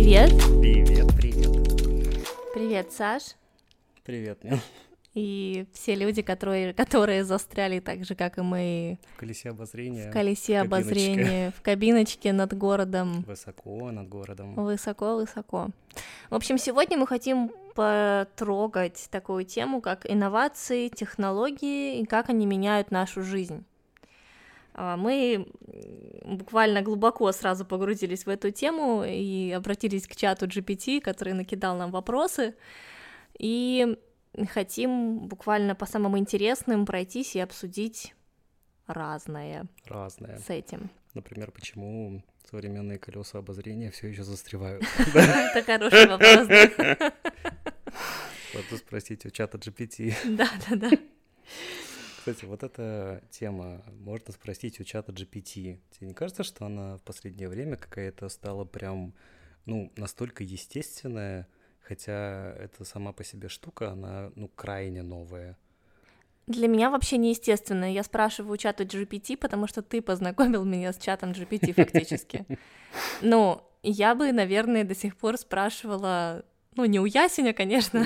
Привет. Привет. Привет, Саш. Привет, Нин. И все люди, которые застряли так же, как и мы, В колесе обозрения. в колесе обозрения, в кабиночке над городом. Высоко над городом. Высоко-высоко. В общем, сегодня мы хотим потрогать такую тему, как инновации, технологии и как они меняют нашу жизнь. Мы буквально глубоко сразу погрузились в эту тему и обратились к чату GPT, который накидал нам вопросы, и хотим буквально по самым интересным пройтись и обсудить разное с этим. Например, почему современные колеса обозрения все еще застревают? Это хороший вопрос, да? Вот спросите у чата GPT. Да. Кстати, вот эта тема, можно спросить у чата GPT. Тебе не кажется, что она в последнее время какая-то стала прям, настолько естественная, хотя это сама по себе штука, она, крайне новая? Для меня вообще неестественно. Я спрашиваю у чата GPT, потому что ты познакомил меня с чатом GPT фактически. Я бы, наверное, до сих пор спрашивала, не у Ясеня, конечно,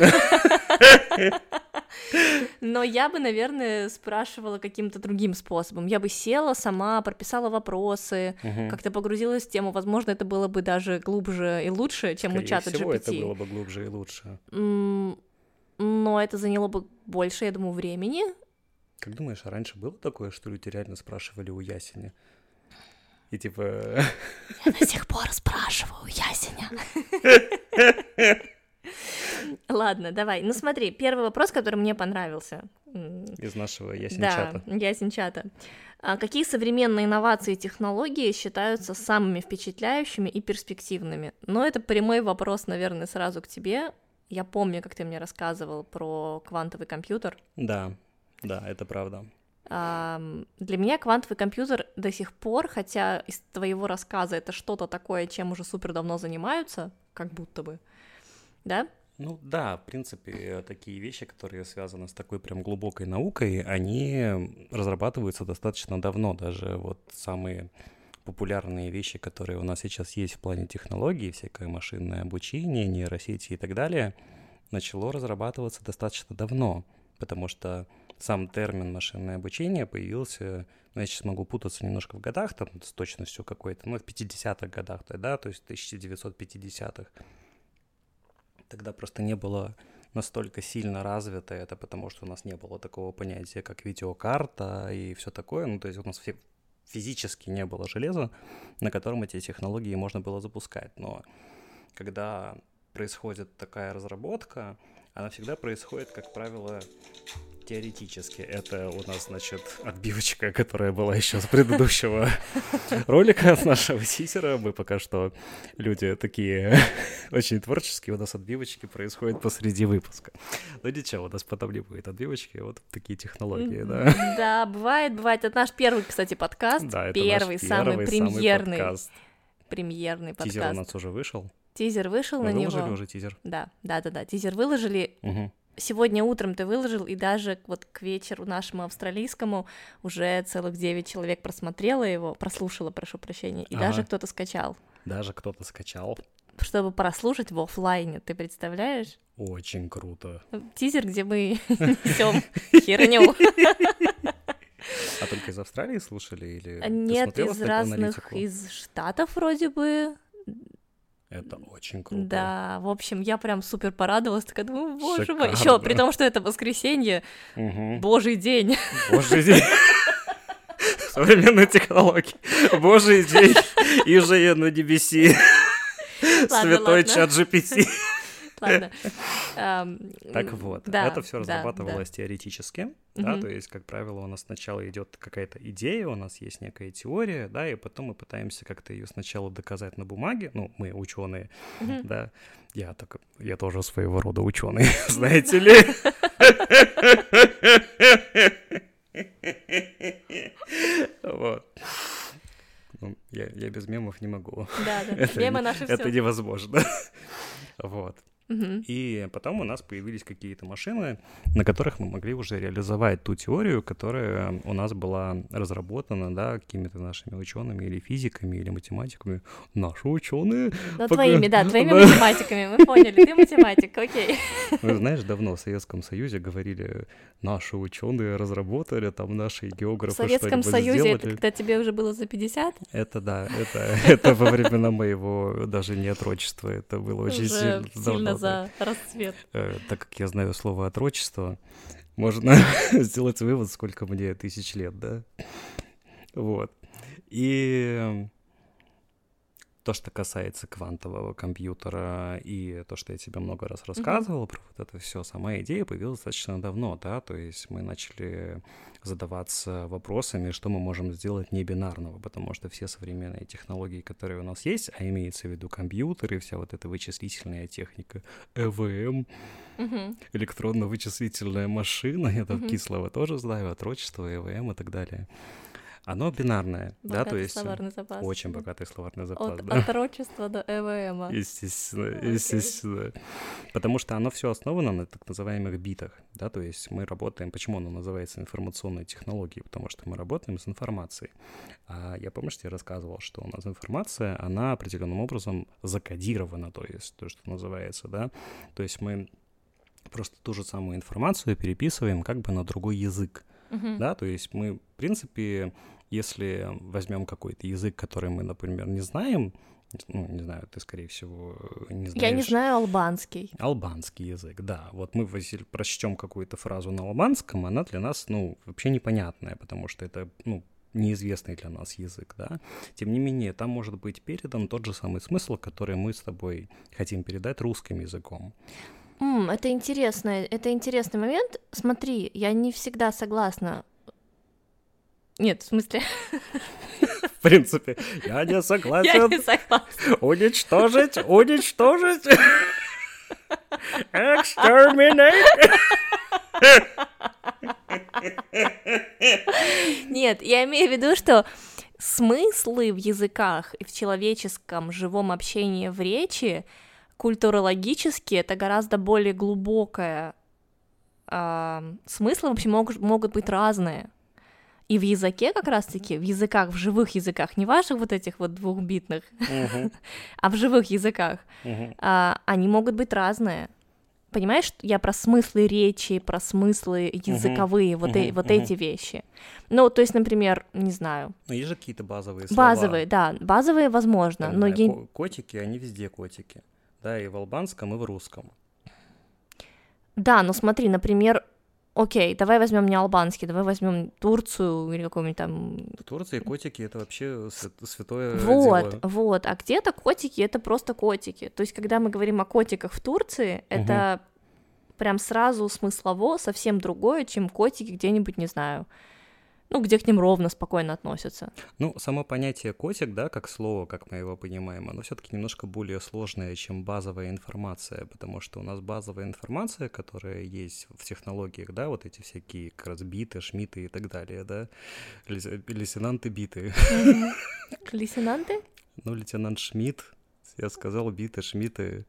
но я бы, наверное, спрашивала каким-то другим способом. Я бы села сама, прописала вопросы, как-то погрузилась в тему. Возможно, это было бы даже глубже и лучше, чем у чата GPT. Скорее всего, это было бы глубже и лучше. Но это заняло бы больше, я думаю, времени. Как думаешь, а раньше было такое, что люди реально спрашивали у Ясеня? И типа... Я до сих пор спрашиваю у Ясеня. Ладно, давай. Смотри, первый вопрос, который мне понравился. Из нашего Ясень-чата. Да, Ясень-чата. Какие современные инновации и технологии считаются самыми впечатляющими и перспективными? Это прямой вопрос, наверное, сразу к тебе. Я помню, как ты мне рассказывал про квантовый компьютер. Да, это правда. Для меня квантовый компьютер до сих пор, хотя из твоего рассказа это что-то такое, чем уже супер давно занимаются, как будто бы, да? Да, в принципе, такие вещи, которые связаны с такой прям глубокой наукой, они разрабатываются достаточно давно. Даже вот самые популярные вещи, которые у нас сейчас есть в плане технологий, всякое машинное обучение, нейросети и так далее, начало разрабатываться достаточно давно, потому что сам термин машинное обучение появился, я сейчас могу путаться немножко в годах, там с точностью какой-то, в 50-х годах, да, то есть 1950-х. Тогда просто не было настолько сильно развито это, потому что у нас не было такого понятия, как видеокарта и все такое, то есть у нас физически не было железа, на котором эти технологии можно было запускать. Но когда происходит такая разработка, она всегда происходит, как правило, теоретически. Это у нас, отбивочка, которая была еще с предыдущего ролика, с нашего тизера. Мы пока что люди такие очень творческие, у нас отбивочки происходят посреди выпуска. Но ничего, у нас потом не будет отбивочки, вот такие технологии, да. Да, бывает. Это наш первый, кстати, подкаст. Да, это первый, самый премьерный. подкаст. Премьерный подкаст. Тизер у нас уже вышел. Тизер вышел на него. Вы выложили уже тизер? Да, тизер выложили. Сегодня утром ты выложил, и даже вот к вечеру нашему австралийскому уже целых 9 человек прослушало, прошу прощения, и даже кто-то скачал. Даже кто-то скачал. Чтобы прослушать в офлайне, ты представляешь? Очень круто. Тизер, где мы несем херню. А только из Австралии слушали или Нет, ты из разных, из Штатов вроде бы. Это очень круто. Да, в общем, я прям супер порадовалась, такая, думаю, боже мой. Шикарно. Еще при том, что это воскресенье, божий день. Божий день. Современные технологии. Божий день. И же на небеси. Святой чат GPT. Ладно. Так вот, это все разрабатывалось теоретически, да, то есть, как правило, у нас сначала идет какая-то идея, у нас есть некая теория, да, и потом мы пытаемся как-то ее сначала доказать на бумаге, мы ученые, да, я тоже своего рода ученый, знаете ли. Вот. Я без мемов не могу. Да, мемы наши всё. Это невозможно. Вот. И потом у нас появились какие-то машины, на которых мы могли уже реализовать ту теорию, которая у нас была разработана, да, какими-то нашими учеными или физиками, или математиками. Наши ученые. Ну, твоими математиками, мы поняли, ты математик, окей. Ну, знаешь, давно в Советском Союзе говорили, наши ученые разработали, там наши географы что-нибудь сделали. В Советском Союзе, это когда тебе уже было за 50? Это да, это во времена моего даже не отрочества, это было очень сильно за расцвет. Так как я знаю слово отрочество, можно сделать вывод, сколько мне тысяч лет, да? Вот. И то, что касается квантового компьютера и то, что я тебе много раз рассказывал про вот это все, сама идея появилась достаточно давно, да, то есть мы начали задаваться вопросами, что мы можем сделать небинарного, потому что все современные технологии, которые у нас есть, а имеется в виду компьютеры, вся вот эта вычислительная техника ЭВМ, электронно-вычислительная машина, я там кислого тоже знаю, отрочество, ЭВМ и так далее. Оно бинарное, богатый да, то есть словарный запас. Очень богатый словарный запас, от да. От отрочества до ЭВМа. Естественно. Потому что оно все основано на так называемых битах, да, то есть мы работаем, почему оно называется информационной технологией, потому что мы работаем с информацией. А я, помнишь, я рассказывал, что у нас информация, она определенным образом закодирована, то есть то, что называется, да, то есть мы просто ту же самую информацию переписываем как бы на другой язык. Да, то есть мы, в принципе, если возьмем какой-то язык, который мы, например, не знаем, ну, не знаю, ты, скорее всего, не знаешь. Я не знаю албанский. Албанский язык, да. Вот мы прочтем какую-то фразу на албанском, она для нас, ну, вообще непонятная, потому что это, ну, неизвестный для нас язык, да. Тем не менее, там может быть передан тот же самый смысл, который мы с тобой хотим передать русским языком. Это интересный момент. Смотри, я не всегда согласна. Нет, в смысле... В принципе, я не согласен. Я не согласна. Уничтожить! Exterminate! Нет, я имею в виду, что смыслы в языках и в человеческом живом общении в речи культурологически это гораздо более глубокое. Смыслы вообще могут быть разные. И в языке как раз-таки, в языках, в живых языках, не ваших вот этих вот двухбитных, а в живых языках, они могут быть разные. Понимаешь, я про смыслы речи, про смыслы языковые, вот эти вещи. Ну, то есть, например, не знаю. Ну, есть же какие-то базовые слова. Базовые, да, базовые возможно. Там, но котики, они везде котики. Да, и в албанском, и в русском. Да, но смотри, например, окей, давай возьмем не албанский, давай возьмем Турцию или какой-нибудь там... В Турции котики — это вообще святое дело. Вот, вот, а где-то котики — это просто котики. То есть, когда мы говорим о котиках в Турции, это прям сразу смыслово совсем другое, чем котики где-нибудь, не знаю, ну, где к ним ровно, спокойно относятся. Ну, само понятие котик, да, как слово, как мы его понимаем, оно все-таки немножко более сложное, чем базовая информация, потому что у нас базовая информация, которая есть в технологиях, да, вот эти всякие как раз биты, шмиты и так далее, да, лейтенанты биты. Лейтенанты? Ну, лейтенант Шмидт, я сказал биты, шмиты.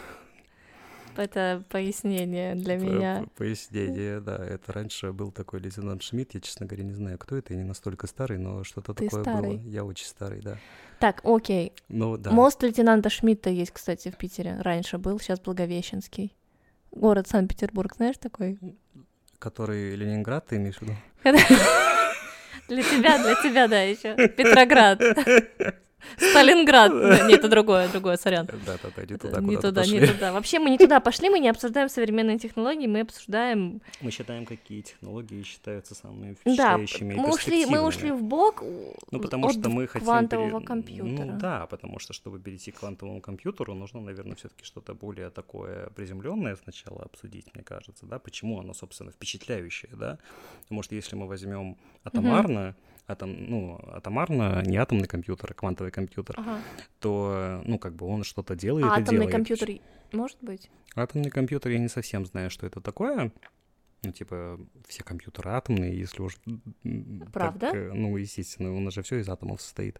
Это пояснение для меня. Пояснение, да. Это раньше был такой лейтенант Шмидт. Я, честно говоря, не знаю, кто это. Я не настолько старый, но что-то Ты такое старый. было. Я очень старый, да. Так, окей. Ну, да. Мост лейтенанта Шмидта есть, кстати, в Питере. Раньше был, сейчас Благовещенский. Город Санкт-Петербург, знаешь такой? Который Ленинград, ты имеешь в виду? Для тебя, да, еще. Петроград. Сталинград. Нет, это другое, сорян. Да, не туда, не туда. Вообще мы не туда пошли, мы не обсуждаем современные технологии, мы обсуждаем... Мы считаем, какие технологии считаются самыми впечатляющими и перспективными. Мы ушли вбок потому что мы хотим квантового компьютера. Ну да, потому что, чтобы перейти к квантовому компьютеру, нужно, наверное, все-таки что-то более такое приземленное сначала обсудить, мне кажется, да, почему оно, собственно, впечатляющее, да, потому что если мы возьмем атомарно, атомарно, не атомный компьютер, а квантовый компьютер, то, ну, как бы он что-то делает и делает. А атомный компьютер может быть? Атомный компьютер, я не совсем знаю, что это такое. Ну, типа, все компьютеры атомные, если уж... Правда? Так, ну, естественно, у нас же все из атомов состоит.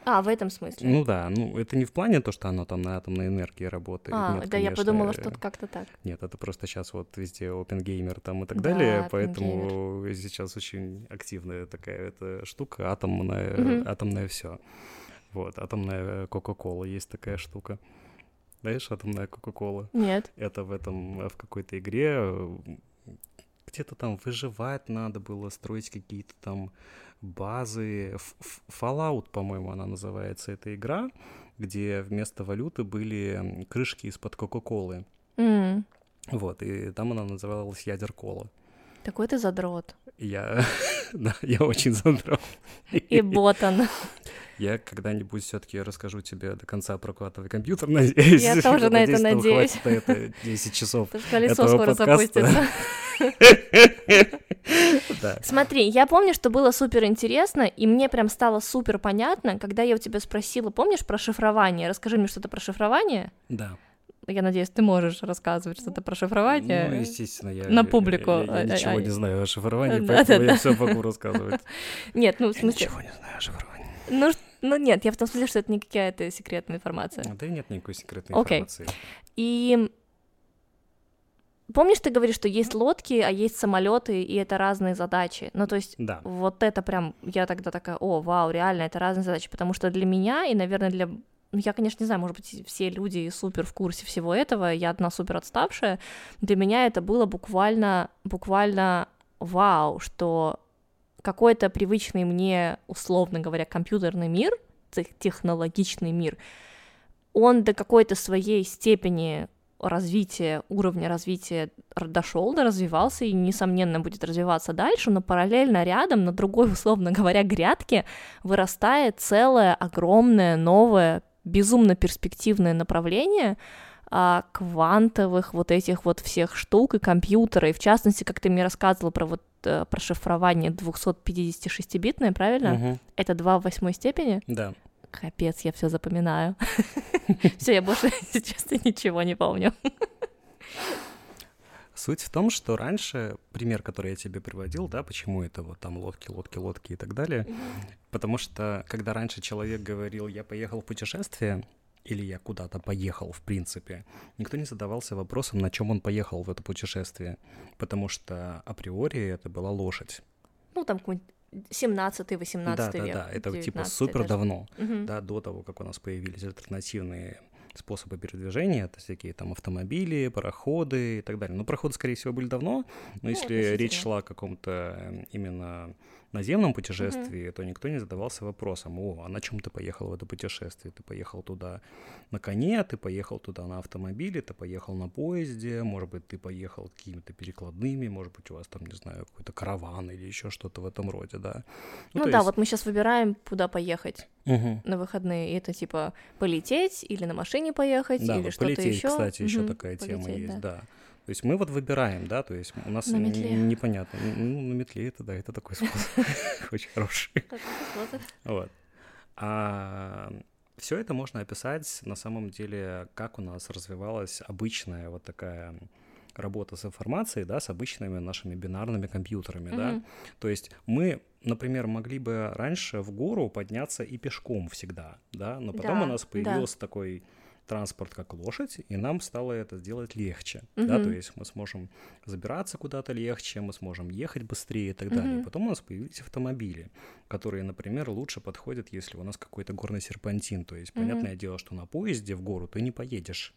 А, в этом смысле? Ну да, ну это не в плане то, что оно там на атомной энергии работает. А, Нет, да, конечно, я подумала, что это как-то так. Нет, это просто сейчас вот везде OpenGamer там и так Да, далее, поэтому сейчас очень активная такая эта штука, атомное все. Вот, атомная Кока-Кола, есть такая штука. Знаешь, атомная Кока-Кола? Нет. Это в какой-то игре где-то там выживать надо было, строить какие-то там базы. Fallout, по-моему, она называется, эта игра, где вместо валюты были крышки из-под Кока-Колы. Вот, и там она называлась Ядеркола. Такой ты задрот. Я очень задрот. И ботан. Я когда-нибудь все-таки расскажу тебе до конца про квантовый компьютер, надеюсь. Я тоже на это надеюсь. Хватит это 10 часов. Колесо скоро запустится. Смотри, я помню, что было супер интересно, и мне прям стало супер понятно, когда я у тебя спросила, помнишь, про шифрование? Расскажи мне что-то про шифрование. Да. Я надеюсь, ты можешь рассказывать что-то про шифрование. Ну, естественно, я на публику. Я ничего не знаю о шифровании, поэтому я все могу рассказывать. Нет, ну в смысле... Я ничего не знаю о шифровании. Ну нет, я в том смысле, что это не какая-то секретная информация. Да нет никакой секретной информации. И помнишь, ты говоришь, что есть лодки, а есть самолеты, и это разные задачи. Ну, то есть, вот это прям, я тогда такая, о, вау, реально, это разные задачи, потому что для меня, и, наверное, для... Я, конечно, не знаю, может быть, все люди супер в курсе всего этого, я одна супер отставшая, для меня это было буквально вау, что какой-то привычный мне, условно говоря, компьютерный мир, технологичный мир, он до какой-то своей степени развития, уровня развития дошел, развивался и, несомненно, будет развиваться дальше, но параллельно рядом, на другой, условно говоря, грядке вырастает целое огромное, новое, безумно перспективное направление квантовых вот этих вот всех штук и компьютера, и в частности, как ты мне рассказывала про шифрование 256-битное, правильно? Угу. Это 2 в 8 степени? Да. Капец, я все запоминаю. Все, я больше сейчас ничего не помню. Суть в том, что раньше, пример, который я тебе приводил, да, почему это вот там лодки и так далее, потому что когда раньше человек говорил, я поехал в путешествие, или я куда-то поехал, в принципе, никто не задавался вопросом, на чем он поехал в это путешествие, потому что априори это была лошадь. Ну, там какой-нибудь 17-18 век. Да, это типа супер даже давно, да, до того, как у нас появились альтернативные способы передвижения, это всякие там автомобили, пароходы и так далее. Ну, пароходы, скорее всего, были давно, но если речь шла о каком-то именно наземном путешествии, то никто не задавался вопросом, а на чем ты поехал в это путешествие? Ты поехал туда на коне, ты поехал туда на автомобиле, ты поехал на поезде, может быть, ты поехал какими-то перекладными, может быть, у вас там, не знаю, какой-то караван или еще что-то в этом роде, да. Ну да, вот мы сейчас выбираем, куда поехать на выходные, и это типа полететь или на машине поехать, да, или вот что-то полететь, еще. Кстати, еще такая тема есть, да. То есть мы вот выбираем, да, то есть у нас непонятно. Ну, на метле это, да, это такой способ очень хороший. Вот. А все это можно описать на самом деле, как у нас развивалась обычная вот такая работа с информацией, да, с обычными нашими бинарными компьютерами, да. То есть мы, например, могли бы раньше в гору подняться и пешком всегда, да, но потом у нас появился такой транспорт, как лошадь, и нам стало это сделать легче, да, то есть мы сможем забираться куда-то легче, мы сможем ехать быстрее и так далее. Потом у нас появились автомобили, которые, например, лучше подходят, если у нас какой-то горный серпантин, то есть понятное дело, что на поезде в гору ты не поедешь.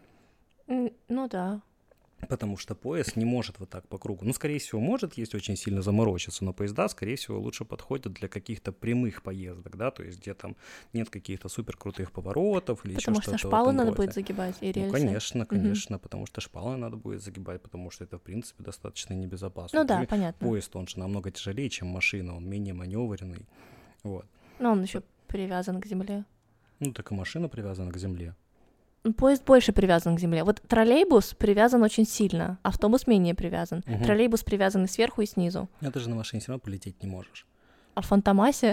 Ну да. Потому что поезд не может вот так по кругу. Ну, скорее всего, может, если очень сильно заморочиться, но поезда, скорее всего, лучше подходят для каких-то прямых поездок, да, то есть где там нет каких-то суперкрутых поворотов или еще что-то. Потому что шпалы надо будет загибать и рельсы. Ну, конечно, потому что шпалы надо будет загибать, потому что это, в принципе, достаточно небезопасно. Ну да, понятно. Поезд, он же намного тяжелее, чем машина, он менее маневренный, вот. Но он еще привязан к земле. Ну, так и машина привязана к земле. Поезд больше привязан к земле. Вот троллейбус привязан очень сильно, автобус менее привязан. Троллейбус привязан и сверху, и снизу. А ты же на машине все равно полететь не можешь. А в Фантомасе?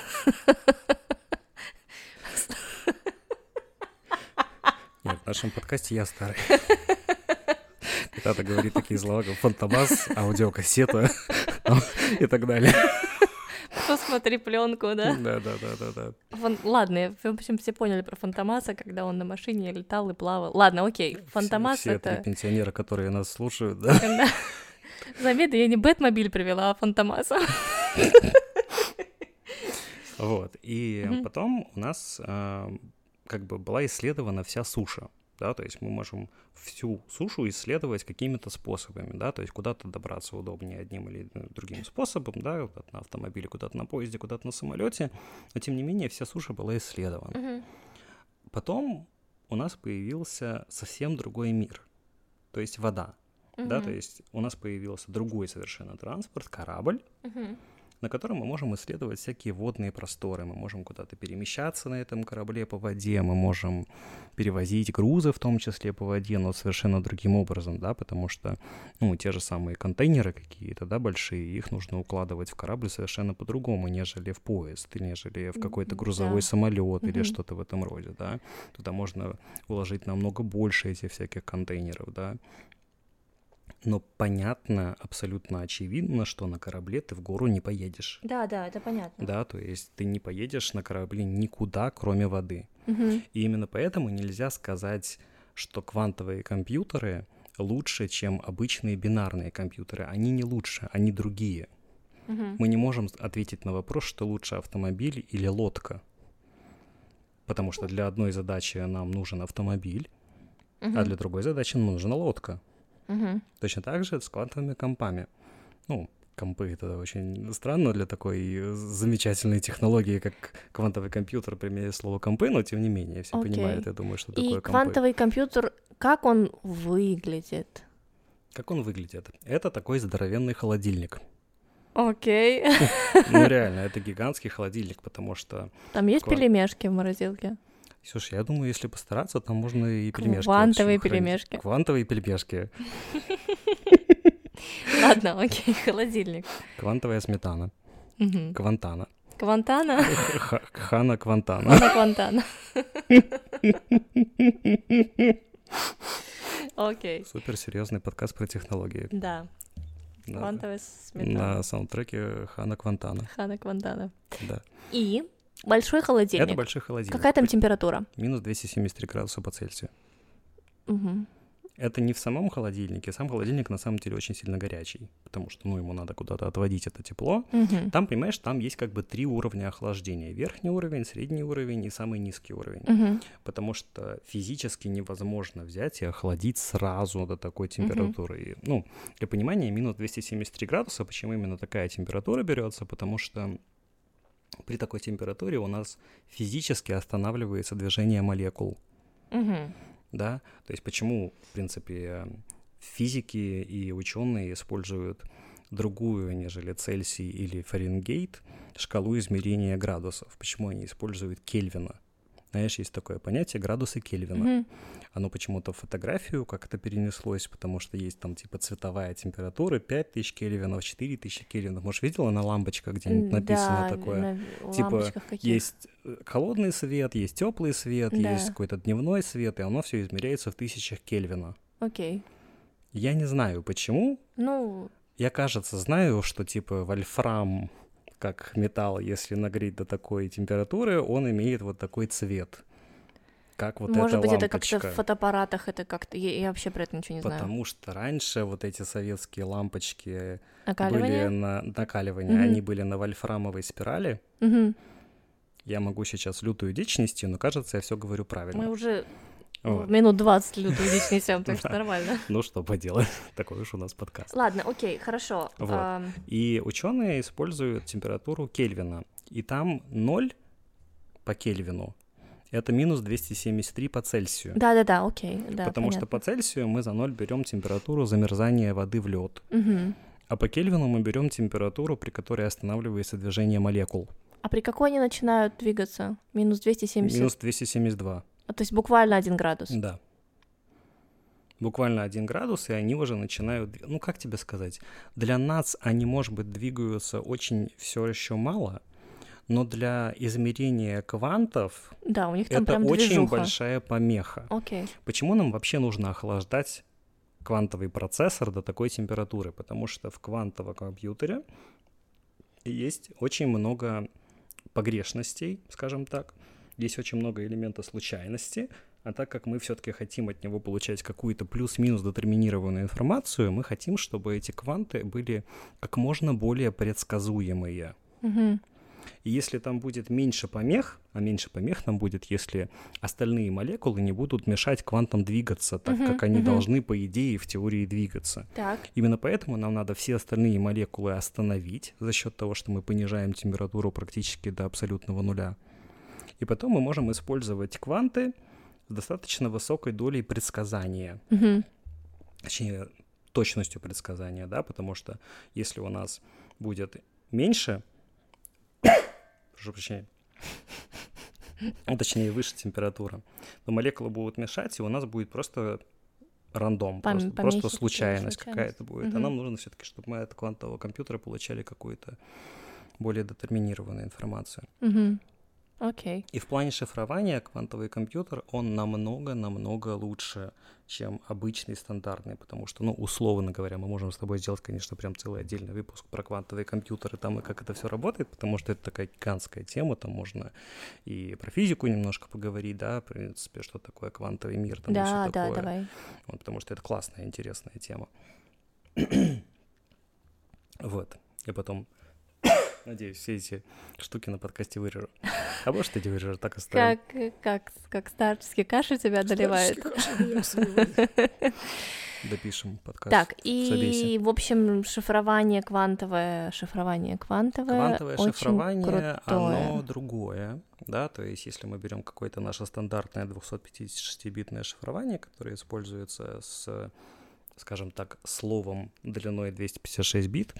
Нет, в нашем подкасте я старый. Когда-то говорит такие слова, как фантомас, аудиокассета и так далее. Посмотри пленку, да? Да. Ладно, в общем, все поняли про Фантомаса, когда он на машине летал и плавал. Ладно, окей, Фантомас все это... три пенсионера, которые нас слушают, да? Да. Заметь, я не Бэтмобиль привела, а Фантомаса. Вот, и потом у нас как бы была исследована вся суша, да, то есть мы можем всю сушу исследовать какими-то способами, да, то есть куда-то добраться удобнее одним или другим способом, да, куда-то на автомобиле, куда-то на поезде, куда-то на самолете, но тем не менее вся суша была исследована. Потом у нас появился совсем другой мир, то есть вода, да, то есть у нас появился другой совершенно транспорт, корабль, на котором мы можем исследовать всякие водные просторы, мы можем куда-то перемещаться на этом корабле по воде, мы можем перевозить грузы, в том числе по воде, но совершенно другим образом, да, потому что, ну, те же самые контейнеры какие-то, да, большие, их нужно укладывать в корабль совершенно по-другому, нежели в поезд, нежели в какой-то грузовой самолет или что-то в этом роде, да. Туда можно уложить намного больше этих всяких контейнеров, да. Но понятно, абсолютно очевидно, что на корабле ты в гору не поедешь. Да, это понятно. Да, то есть ты не поедешь на корабле никуда, кроме воды. И именно поэтому нельзя сказать, что квантовые компьютеры лучше, чем обычные бинарные компьютеры. Они не лучше, они другие. Мы не можем ответить на вопрос, что лучше автомобиль или лодка. Потому что для одной задачи нам нужен автомобиль, а для другой задачи нам нужна лодка. Точно так же с квантовыми компами. Ну, компы — это очень странно для такой замечательной технологии, как квантовый компьютер, применяя слово компы, но тем не менее, все понимают, я думаю, что такое компы. И квантовый компьютер, как он выглядит? Как он выглядит? Это такой здоровенный холодильник. Окей. Ну, реально, это гигантский холодильник, потому что... Там есть пельмешки в морозилке? Слушай, я думаю, если постараться, там можно и пельмешки. Квантовые пельмешки. Квантовые пельмешки. Ладно, окей, холодильник. Квантовая сметана. Квантана. Квантана? Хана Квантана. Хана Квантана. Окей. Суперсерьезный подкаст про технологии. Да. Квантовая сметана. На саундтреке Хана Квантана. Хана Квантана. Да. И большой холодильник. Это большой холодильник. Какая там температура? Минус 273 градуса по Цельсию. Угу. Это не в самом холодильнике. Сам холодильник на самом деле очень сильно горячий, потому что, ну, ему надо куда-то отводить это тепло. Угу. Там, понимаешь, там есть как бы 3 уровня охлаждения. Верхний уровень, средний уровень и самый низкий уровень. Угу. Потому что физически невозможно взять и охладить сразу до такой температуры. И, ну, для понимания, минус 273 градуса, почему именно такая температура берется? Потому что при такой температуре у нас физически останавливается движение молекул. Угу. Да, то есть почему, в принципе, физики и ученые используют другую, нежели Цельсий или Фаренгейт, шкалу измерения градусов? Почему они используют Кельвина? Знаешь, есть такое понятие градусы Кельвина. Оно почему-то в фотографию как-то перенеслось, потому что есть там типа цветовая температура 5000 Кельвинов, 4000 Кельвинов. Может, видела на лампочках где-нибудь написано такое? Типа есть холодный свет, есть теплый свет, есть какой-то дневной свет, и оно все измеряется в тысячах Кельвина. Окей. Я не знаю, почему. Ну... Я, кажется, знаю, что типа вольфрам, как металл, если нагреть до такой температуры, он имеет вот такой цвет. Как вот может эта быть, лампочка. это как-то в фотоаппаратах, это как-то... Я вообще про это ничего не знаю. Потому что раньше вот эти советские лампочки Накаливание? были на накаливание, они были на вольфрамовой спирали. Я могу сейчас лютую дичь нести, но, кажется, я все говорю правильно. Мы уже минут 20 лютую дичь несем, так что нормально. Ну, что поделать, такой уж у нас подкаст. Ладно, окей, хорошо. Вот. И ученые используют температуру Кельвина, и там 0 по Кельвину — это минус 273 по Цельсию. Да, окей. Да, потому понятно. что по Цельсию мы за 0 берем температуру замерзания воды в лед. А по Кельвину мы берем температуру, при которой останавливается движение молекул. А при какой они начинают двигаться? Минус 270? Минус 272. То есть буквально 1 градус? Да. Буквально 1 градус, и они уже начинают... Ну, как тебе сказать? Для нас они, может быть, двигаются очень все еще мало, но для измерения квантов да, у них там это прям очень движуха. большая помеха. Окей. Почему нам вообще нужно охлаждать квантовый процессор до такой температуры? Потому что в квантовом компьютере есть очень много погрешностей, скажем так, есть очень много элементов случайности, а так как мы все-таки хотим от него получать какую-то плюс-минус детерминированную информацию, мы хотим, чтобы эти кванты были как можно более предсказуемые. И если там будет меньше помех, а меньше помех нам будет, если остальные молекулы не будут мешать квантам двигаться так, как они должны, по идее, в теории двигаться. Так. Именно поэтому нам надо все остальные молекулы остановить за счет того, что мы понижаем температуру практически до абсолютного нуля. И потом мы можем использовать кванты с достаточно высокой долей предсказания. Точнее, точностью предсказания, да, потому что если у нас будет меньше, прошу прощения, точнее, выше температура, то молекулы будут мешать, и у нас будет просто рандом, просто случайность какая-то будет. А нам нужно все-таки, чтобы мы от квантового компьютера получали какую-то более детерминированную информацию. Окей. И в плане шифрования квантовый компьютер, он намного лучше, чем обычный стандартный, потому что, условно говоря, мы можем с тобой сделать, конечно, прям целый отдельный выпуск про квантовые компьютеры, там и как это все работает, потому что это такая гигантская тема, там можно и про физику немножко поговорить, да, в принципе, что такое квантовый мир, там и все такое. Давай. Вот, потому что это классная, интересная тема. Вот. И потом... Надеюсь, все эти штуки на подкасте вырежу. А может, эти вырежу, так оставим. Как старческий кашель тебя одолевает. Допишем подкаст. Так, и, в общем, шифрование квантовое очень шифрование, крутое. Оно другое, да, то есть если мы берем какое-то наше стандартное 256-битное шифрование, которое используется с, скажем так, словом длиной 256 бит,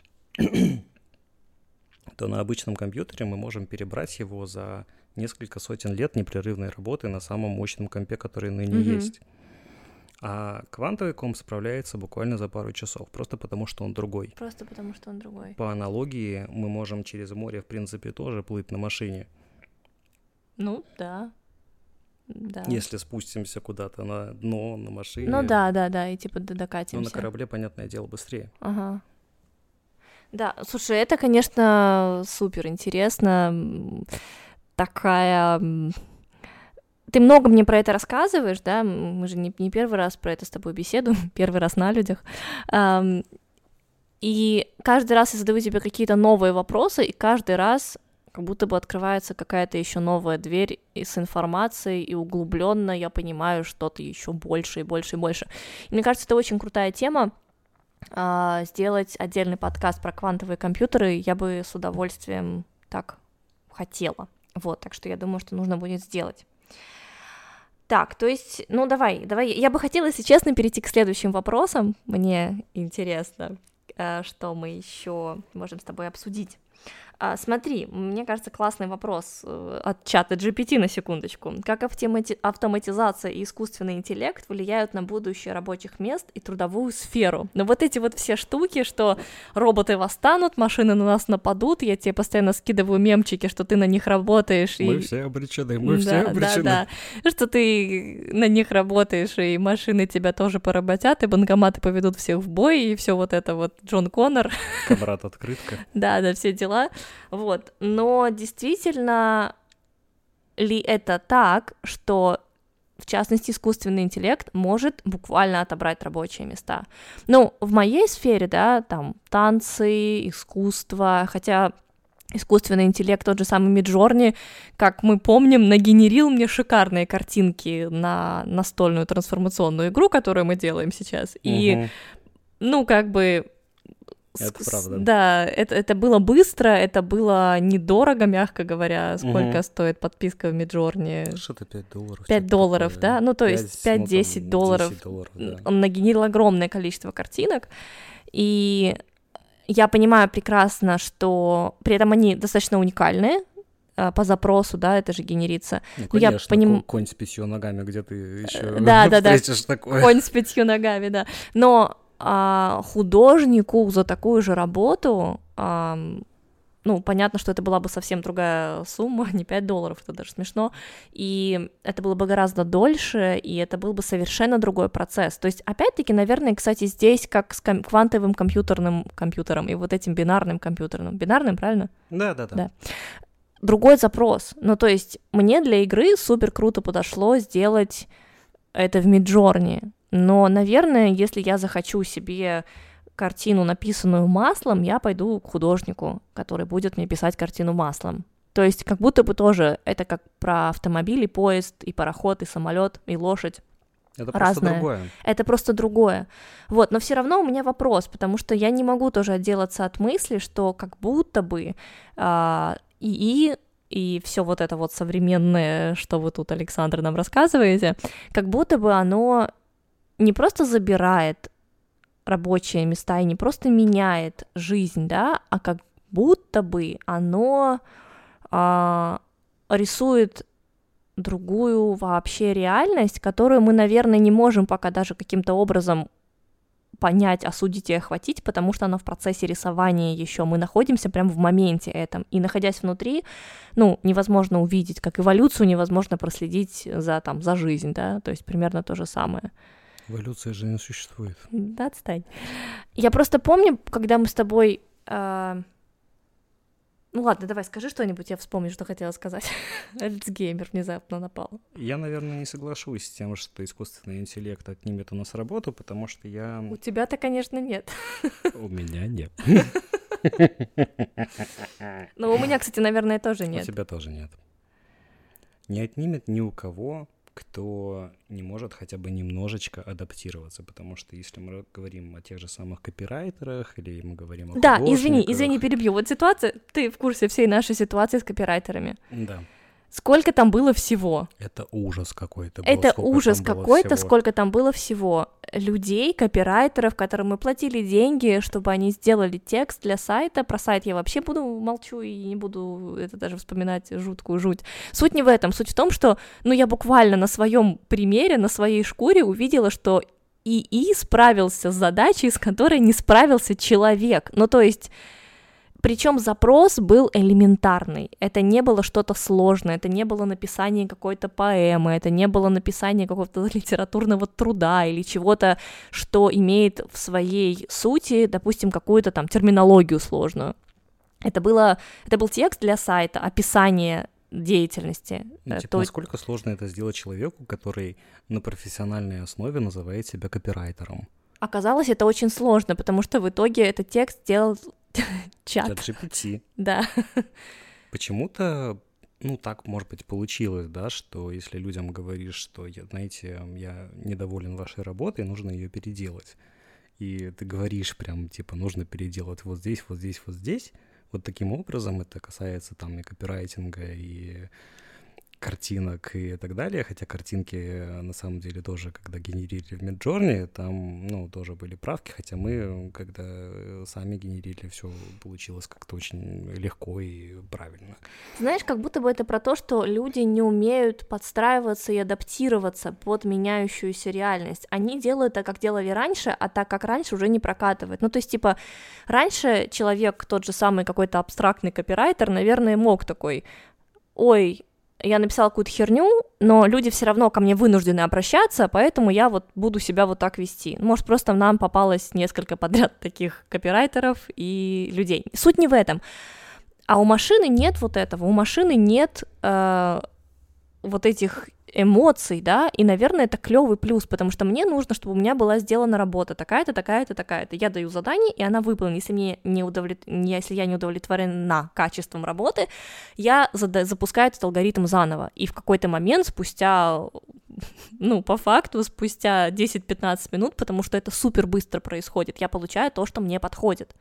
то на обычном компьютере мы можем перебрать его за несколько сотен лет непрерывной работы на самом мощном компе, который ныне есть. А квантовый комп справляется буквально за пару часов, просто потому что он другой. По аналогии, мы можем через море, в принципе, тоже плыть на машине. Ну, да. Если спустимся куда-то на дно, на машине. Ну, да, и типа докатимся. Но на корабле, понятное дело, быстрее. Ага. Да, слушай, это, конечно, супер интересно. Такая... Ты много мне про это рассказываешь, да? Мы же не первый раз про это с тобой беседуем, первый раз на людях. И каждый раз я задаю тебе какие-то новые вопросы, и каждый раз как будто бы открывается какая-то еще новая дверь с информацией, и углубленно я понимаю что-то еще больше и больше и больше. И мне кажется, это очень крутая тема. Сделать отдельный подкаст про квантовые компьютеры я бы с удовольствием так хотела. Вот, так что я думаю, что нужно будет сделать. Так, то есть, давай, я бы хотела, если честно, перейти к следующим вопросам. Мне интересно, что мы еще можем с тобой обсудить. Смотри, мне кажется, классный вопрос от чата GPT на секундочку. Как автоматизация и искусственный интеллект влияют на будущее рабочих мест и трудовую сферу? Но вот эти вот все штуки, что роботы восстанут, машины на нас нападут, я тебе постоянно скидываю мемчики, что ты на них работаешь. Мы все обречены, все обречены. Да, что ты на них работаешь, и машины тебя тоже поработят, и банкоматы поведут всех в бой, и все вот это вот Джон Коннор. Камрад открытка. Да, все дела. Вот, но действительно ли это так, что, в частности, искусственный интеллект может буквально отобрать рабочие места? В моей сфере, да, там танцы, искусство, хотя искусственный интеллект, тот же самый Midjourney, как мы помним, нагенерил мне шикарные картинки на настольную трансформационную игру, которую мы делаем сейчас, и, Это правда. Да, это было быстро, это было недорого, мягко говоря. Сколько стоит подписка в Midjourney? Что-то $5. $5, да? То есть 5-10 долларов. Да. Он нагенерил огромное количество картинок, и я понимаю прекрасно, что при этом они достаточно уникальные по запросу, да, это же генерится. Конечно, конь с 5 ногами, где ты еще встретишь такое. Конь с 5 ногами, да. Но художнику за такую же работу ну, понятно, что это была бы совсем другая сумма, не $5, это даже смешно, и это было бы гораздо дольше, и это был бы совершенно другой процесс. То есть, опять-таки, наверное, кстати, здесь как с квантовым компьютером и вот этим бинарным компьютером. Бинарным, правильно? Да. Другой запрос. Ну, то есть, мне для игры супер круто подошло сделать это в Midjourney, но, наверное, если я захочу себе картину, написанную маслом, я пойду к художнику, который будет мне писать картину маслом. То есть как будто бы тоже это как про автомобиль, и поезд, и пароход, и самолет, и лошадь. Это просто разное. другое. Это просто другое. Вот, но все равно у меня вопрос, потому что я не могу тоже отделаться от мысли, что как будто бы ИИ и все вот это вот современное, что вы тут, Александр, нам рассказываете, как будто бы оно не просто забирает рабочие места и не просто меняет жизнь, да, а как будто бы оно рисует другую вообще реальность, которую мы, наверное, не можем пока даже каким-то образом понять, осудить и охватить, потому что она в процессе рисования еще. Мы находимся прямо в моменте этом, и находясь внутри, ну, невозможно увидеть, как эволюцию невозможно проследить за жизнь, да, то есть примерно то же самое. Эволюция же не существует. Да, отстань. Я просто помню, когда мы с тобой... Ну ладно, давай, скажи что-нибудь, я вспомню, что хотела сказать. Альцгеймер внезапно напал. Я, наверное, не соглашусь с тем, что искусственный интеллект отнимет у нас работу, потому что я... У тебя-то, конечно, нет. У меня нет. Ну, у меня, кстати, наверное, тоже нет. У тебя тоже нет. Не отнимет ни у кого, кто не может хотя бы немножечко адаптироваться, потому что если мы говорим о тех же самых копирайтерах или мы говорим о Да, художниках... извини, перебью. Вот ситуация, ты в курсе всей нашей ситуации с копирайтерами. Да. Сколько там было всего? Это ужас какой-то. Это ужас какой-то, сколько там было всего. Людей, копирайтеров, которым мы платили деньги, чтобы они сделали текст для сайта. Про сайт я вообще молчу и не буду это даже вспоминать, жуткую жуть. Суть не в этом, суть в том, что, я буквально на своем примере, на своей шкуре увидела, что ИИ справился с задачей, с которой не справился человек. Ну, то есть... Причем запрос был элементарный, это не было что-то сложное, это не было написание какой-то поэмы, это не было написание какого-то литературного труда или чего-то, что имеет в своей сути, допустим, какую-то там терминологию сложную. Это был текст для сайта, описание деятельности. Насколько сложно это сделать человеку, который на профессиональной основе называет себя копирайтером? Оказалось, это очень сложно, потому что в итоге этот текст сделал чат. ChatGPT. Да. Почему-то, так, может быть, получилось, да, что если людям говоришь, что, знаете, я недоволен вашей работой, нужно ее переделать, и ты говоришь прям, типа, нужно переделать вот здесь, вот здесь, вот здесь, вот таким образом, это касается там и копирайтинга, и картинок и так далее, хотя картинки на самом деле тоже, когда генерили в Midjourney, там, тоже были правки, хотя мы, когда сами генерили, все получилось как-то очень легко и правильно. Знаешь, как будто бы это про то, что люди не умеют подстраиваться и адаптироваться под меняющуюся реальность. Они делают так, как делали раньше, а так, как раньше, уже не прокатывает. Ну, то есть, типа, раньше человек, тот же самый какой-то абстрактный копирайтер, наверное, мог такой: ой, я написала какую-то херню, но люди все равно ко мне вынуждены обращаться, поэтому я вот буду себя вот так вести. Может, просто нам попалось несколько подряд таких копирайтеров и людей. Суть не в этом. А у машины нет вот этого, у машины нет вот этих эмоций, да, и, наверное, это клевый плюс, потому что мне нужно, чтобы у меня была сделана работа такая-то, такая-то, такая-то. Я даю задание, и она выполнена. Если я не удовлетворена качеством работы, я запускаю этот алгоритм заново. И в какой-то момент, спустя, по факту, спустя 10-15 минут, потому что это супер быстро происходит, я получаю то, что мне подходит.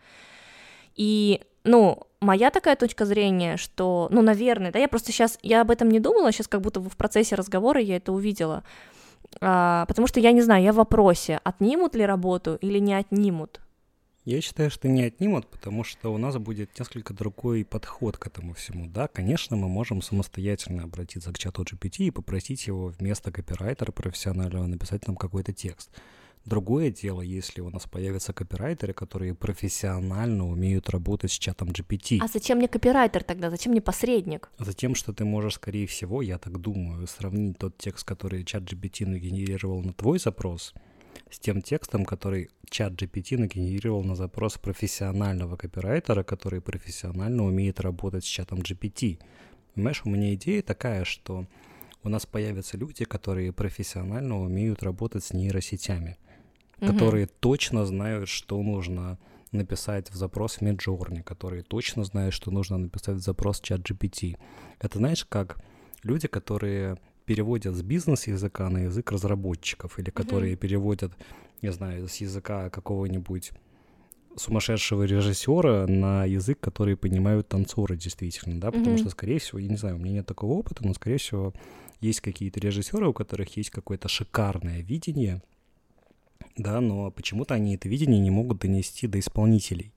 И, моя такая точка зрения, что, наверное, да, я об этом не думала, сейчас как будто в процессе разговора я это увидела, потому что я не знаю, я в вопросе, отнимут ли работу или не отнимут. Я считаю, что не отнимут, потому что у нас будет несколько другой подход к этому всему, да, конечно, мы можем самостоятельно обратиться к чату GPT и попросить его вместо копирайтера профессионального написать нам какой-то текст. Другое дело, если у нас появятся копирайтеры, которые профессионально умеют работать с чатом GPT. А зачем мне копирайтер тогда? Зачем мне посредник? Затем, что ты можешь, скорее всего, я так думаю, сравнить тот текст, который чат GPT нагенерировал на твой запрос, с тем текстом, который чат GPT нагенерировал на запрос профессионального копирайтера, который профессионально умеет работать с чатом GPT. Понимаешь, у меня идея такая, что у нас появятся люди, которые профессионально умеют работать с нейросетями, которые точно знают, что нужно написать в запрос в Midjourney, которые точно знают, что нужно написать в запрос чат GPT. Это, знаешь, как люди, которые переводят с бизнес-языка на язык разработчиков, или которые переводят, не знаю, с языка какого-нибудь сумасшедшего режиссера на язык, который понимают танцоры действительно, да, потому что, скорее всего, я не знаю, у меня нет такого опыта, но, скорее всего, есть какие-то режиссеры, у которых есть какое-то шикарное видение, да, но почему-то они это видение не могут донести до исполнителей.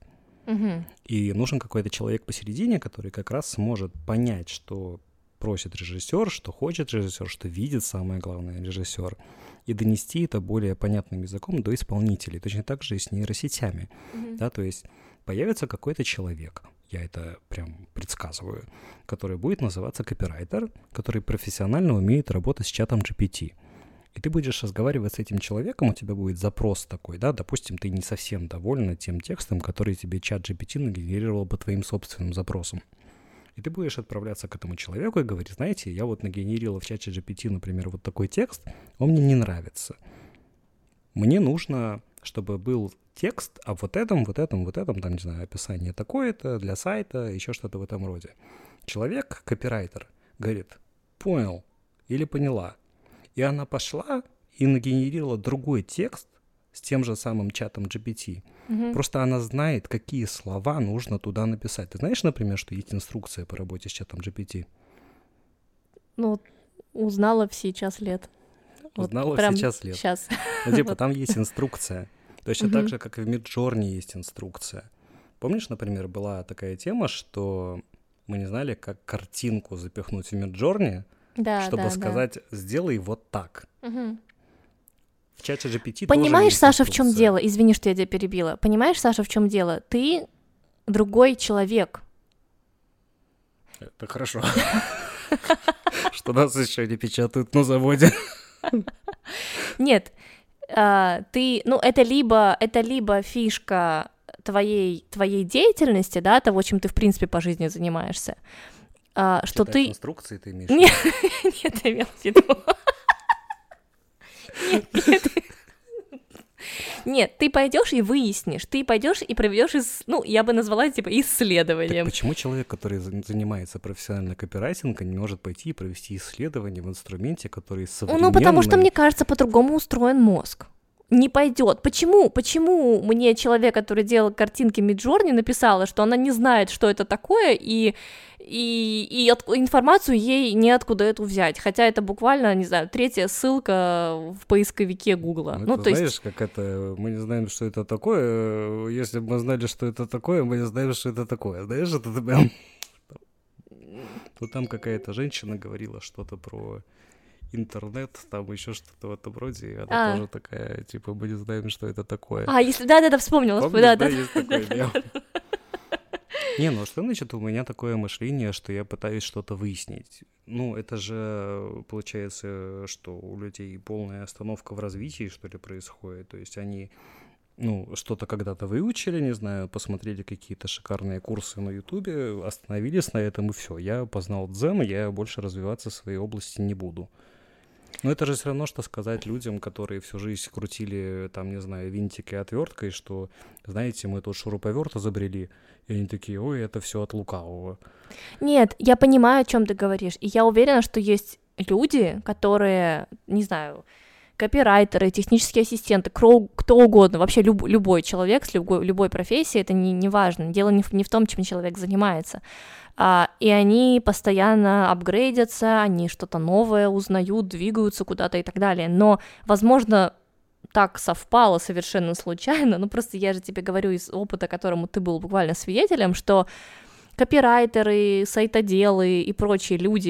И нужен какой-то человек посередине, который как раз сможет понять, что просит режиссер, что хочет режиссер, что видит, самое главное, режиссер, и донести это более понятным языком до исполнителей. Точно так же и с нейросетями. Да, то есть появится какой-то человек, я это прям предсказываю, который будет называться копирайтер, который профессионально умеет работать с чатом GPT. И ты будешь разговаривать с этим человеком, у тебя будет запрос такой, да, допустим, ты не совсем довольна тем текстом, который тебе чат GPT нагенерировал по твоим собственным запросам. И ты будешь отправляться к этому человеку и говорить, знаете, я вот нагенерировала в чате GPT, например, вот такой текст, он мне не нравится. Мне нужно, чтобы был текст о вот этом, там, не знаю, описание такое-то для сайта, еще что-то в этом роде. Человек, копирайтер, говорит, понял или поняла. И она пошла и нагенерировала другой текст с тем же самым чатом GPT. Просто она знает, какие слова нужно туда написать. Ты знаешь, например, что есть инструкция по работе с чатом GPT? Ну, узнала в сейчас лет. Узнала в сейчас лет. Сейчас. Ну, типа, там есть инструкция. Точно так же, как и в Midjourney есть инструкция. Помнишь, например, была такая тема, что мы не знали, как картинку запихнуть в Midjourney, чтобы сказать, сделай вот так. В чате GPT Понимаешь, тоже Саша, в чем дело? Извини, что я тебя перебила. Понимаешь, Саша, в чем дело? Ты другой человек. Это хорошо. Что нас еще не печатают на заводе. Нет, это либо фишка твоей деятельности, да, того, чем ты, в принципе, по жизни занимаешься, что ты... инструкции ты имеешь в виду? Нет, я имела в виду... Нет, ты пойдешь и выяснишь, ты пойдешь и проведешь, я бы назвала это, исследованием. Так почему человек, который занимается профессионально копирайтингом, не может пойти и провести исследование в инструменте, который современный? Ну, потому что, мне кажется, по-другому устроен мозг. Не пойдет. Почему мне человек, который делал картинки Midjourney, написала, что она не знает, что это такое, и информацию ей неоткуда эту взять, хотя это буквально, не знаю, 3-я ссылка в поисковике Гугла. Знаешь, есть... как это, мы не знаем, что это такое, если бы мы знали, что это такое, мы не знаем, что это такое, знаешь, это прям... Там какая-то женщина говорила что-то про... интернет, там еще что-то в этом роде, и она тоже такая, типа, мы не знаем, что это такое. Если... Да, вспомнила. Помнишь, да, есть такое дело. Не, ну что значит у меня такое мышление, что я пытаюсь что-то выяснить? Ну, это же получается, что у людей полная остановка в развитии, что ли, происходит. То есть они, что-то когда-то выучили, не знаю, посмотрели какие-то шикарные курсы на Ютубе, остановились на этом, и все. Я познал дзен, я больше развиваться в своей области не буду. Но это же все равно, что сказать людям, которые всю жизнь крутили, там, не знаю, винтики отверткой, что, знаете, мы тут шуруповерт изобрели, и они такие, ой, это все от лукавого. Нет, я понимаю, о чем ты говоришь, и я уверена, что есть люди, которые, не знаю, копирайтеры, технические ассистенты, кто угодно, вообще любой человек с любой профессией, это не важно, дело не в том, чем человек занимается. И они постоянно апгрейдятся, они что-то новое узнают, двигаются куда-то и так далее. Но, возможно, так совпало совершенно случайно, просто я же тебе говорю из опыта, которому ты был буквально свидетелем, что копирайтеры, сайтоделы и прочие люди,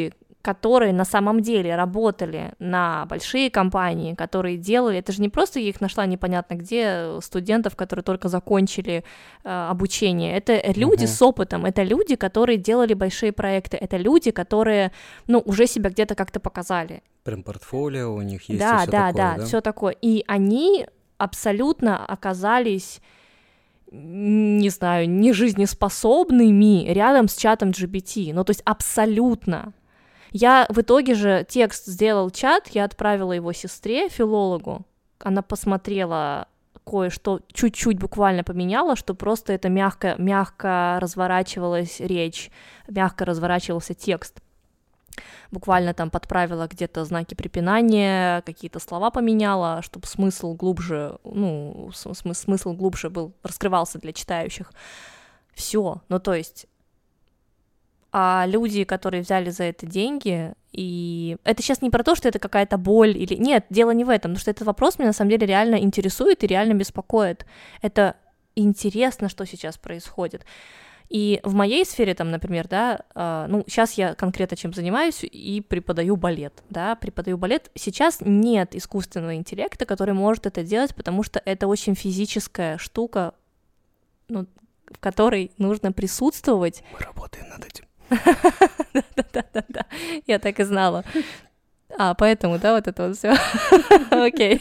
которые на самом деле работали на большие компании, которые делали, это же не просто я их нашла непонятно где, студентов, которые только закончили обучение, это люди с опытом, это люди, которые делали большие проекты, это люди, которые, ну, уже себя где-то как-то показали. Прям портфолио у них есть, да, и всё такое, да, все такое, и они абсолютно оказались, не знаю, нежизнеспособными рядом с чатом GPT, ну, то есть абсолютно. Я в итоге же текст сделал чат, я отправила его сестре, филологу, она посмотрела кое-что, чуть-чуть буквально поменяла, что просто это мягко разворачивалась речь, мягко разворачивался текст. Буквально там подправила где-то знаки препинания, какие-то слова поменяла, чтобы смысл глубже, ну, смысл глубже был, раскрывался для читающих. Все, ну, то есть... А люди, которые взяли за это деньги, и это сейчас не про то, что это какая-то боль или... Нет, дело не в этом, потому что этот вопрос меня на самом деле реально интересует и реально беспокоит. Это интересно, что сейчас происходит. И в моей сфере, там, например, да, ну, сейчас я конкретно чем занимаюсь и преподаю балет, да, преподаю балет. Сейчас нет искусственного интеллекта, который может это делать, потому что это очень физическая штука, ну, в которой нужно присутствовать. Мы работаем над этим. Да, я так и знала. Поэтому, да, вот это вот все. Окей.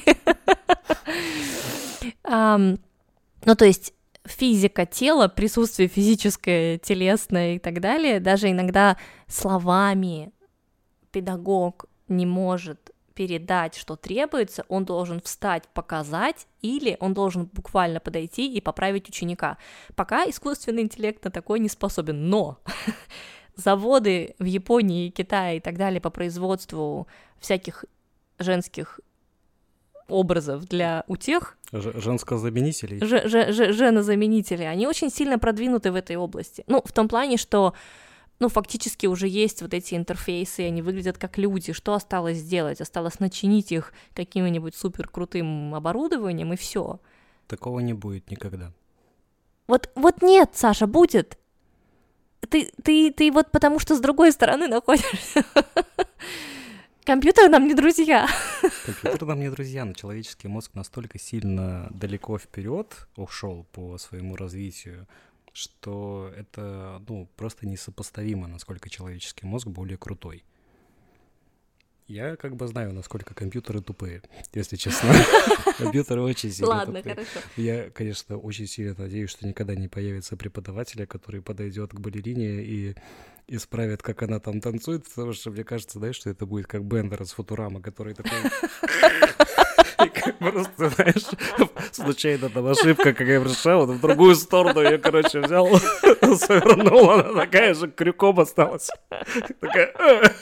Ну, то есть физика тела, присутствие физическое, телесное и так далее, даже иногда словами педагог не может передать, что требуется, он должен встать, показать, или он должен буквально подойти и поправить ученика. Пока искусственный интеллект на такое не способен, но заводы в Японии, Китае и так далее по производству всяких женских образов для утех, женскозаменителей, женозаменителей, они очень сильно продвинуты в этой области. Ну, в том плане, что ну, фактически уже есть вот эти интерфейсы, они выглядят как люди. Что осталось сделать? Осталось начинить их каким-нибудь супер крутым оборудованием, и все. Такого не будет никогда. Вот нет, Саша, будет. Ты вот потому что с другой стороны находишься. Компьютеры нам не друзья. Компьютеры нам не друзья, но человеческий мозг настолько сильно далеко вперед ушел по своему развитию, что это, ну, просто несопоставимо, насколько человеческий мозг более крутой. Я как бы знаю, насколько компьютеры тупые, если честно. Компьютеры очень сильно Ладно, тупые. хорошо. Я, конечно, очень сильно надеюсь, что никогда не появится преподавателя, который подойдет к балерине и исправит, как она там танцует, потому что мне кажется, знаешь, что это будет как Бендер из Футурамы, который такой... Просто, знаешь, случайно там ошибка какая пришла, вот в другую сторону я, короче, взял, свернул, она такая же крюком осталась. Такая...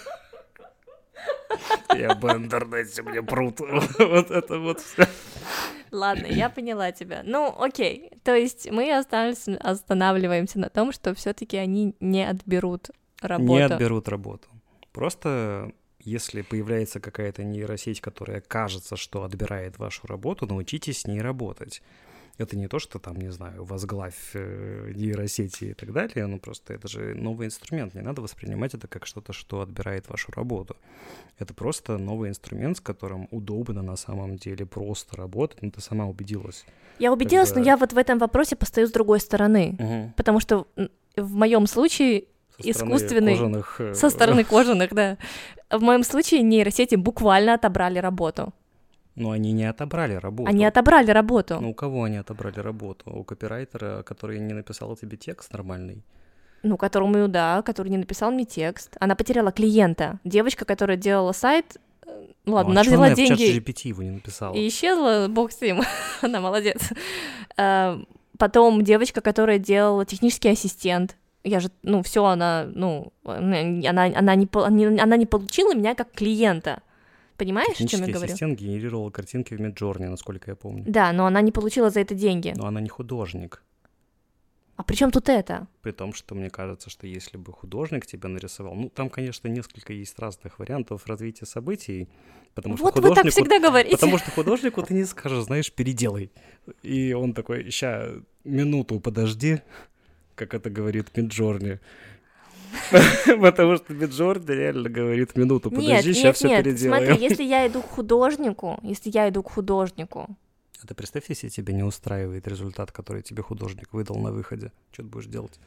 Я Бендер, дайте мне прут. Вот это вот все. Ладно, я поняла тебя. Ну, окей. То есть мы останавливаемся на том, что все-таки они не отберут работу. Не отберут работу. Просто если появляется какая-то нейросеть, которая кажется, что отбирает вашу работу, научитесь с ней работать. Это не то, что там, не знаю, возглавь нейросети и так далее, ну просто это же новый инструмент, не надо воспринимать это как что-то, что отбирает вашу работу. Это просто новый инструмент, с которым удобно на самом деле просто работать, ну ты сама убедилась. Я убедилась, но я вот в этом вопросе постою с другой стороны, потому что в моем случае искусственный... Со стороны кожаных, да. В моем случае нейросети буквально отобрали работу. Но они не отобрали работу. Они отобрали работу. Ну, у кого они отобрали работу? У копирайтера, который не написал тебе текст нормальный? Ну, который не написал мне текст. Она потеряла клиента. Девочка, которая делала сайт, ладно, она взяла деньги... в чат GPT его не написала? И исчезла, бог с ним. Она молодец. Потом девочка, которая делала технический ассистент. Я же, ну, все, она не получила меня как клиента. Понимаешь, о чем я говорю? Технический ассистент генерировал картинки в Midjourney, насколько я помню. Да, но она не получила за это деньги. Но она не художник. А при чем тут это? При том, что мне кажется, что если бы художник тебя нарисовал... Ну, там, конечно, несколько есть разных вариантов развития событий, потому что вот вы так всегда говорите. Потому что художнику ты не скажешь, знаешь, переделай. И он такой, ща, минуту подожди, как это говорит Midjourney. Потому что Миджорни реально говорит минуту, подожди, сейчас все переделаем. Смотри, если я иду к художнику. А ты представь, если тебя не устраивает результат, который тебе художник выдал на выходе, что ты будешь делать?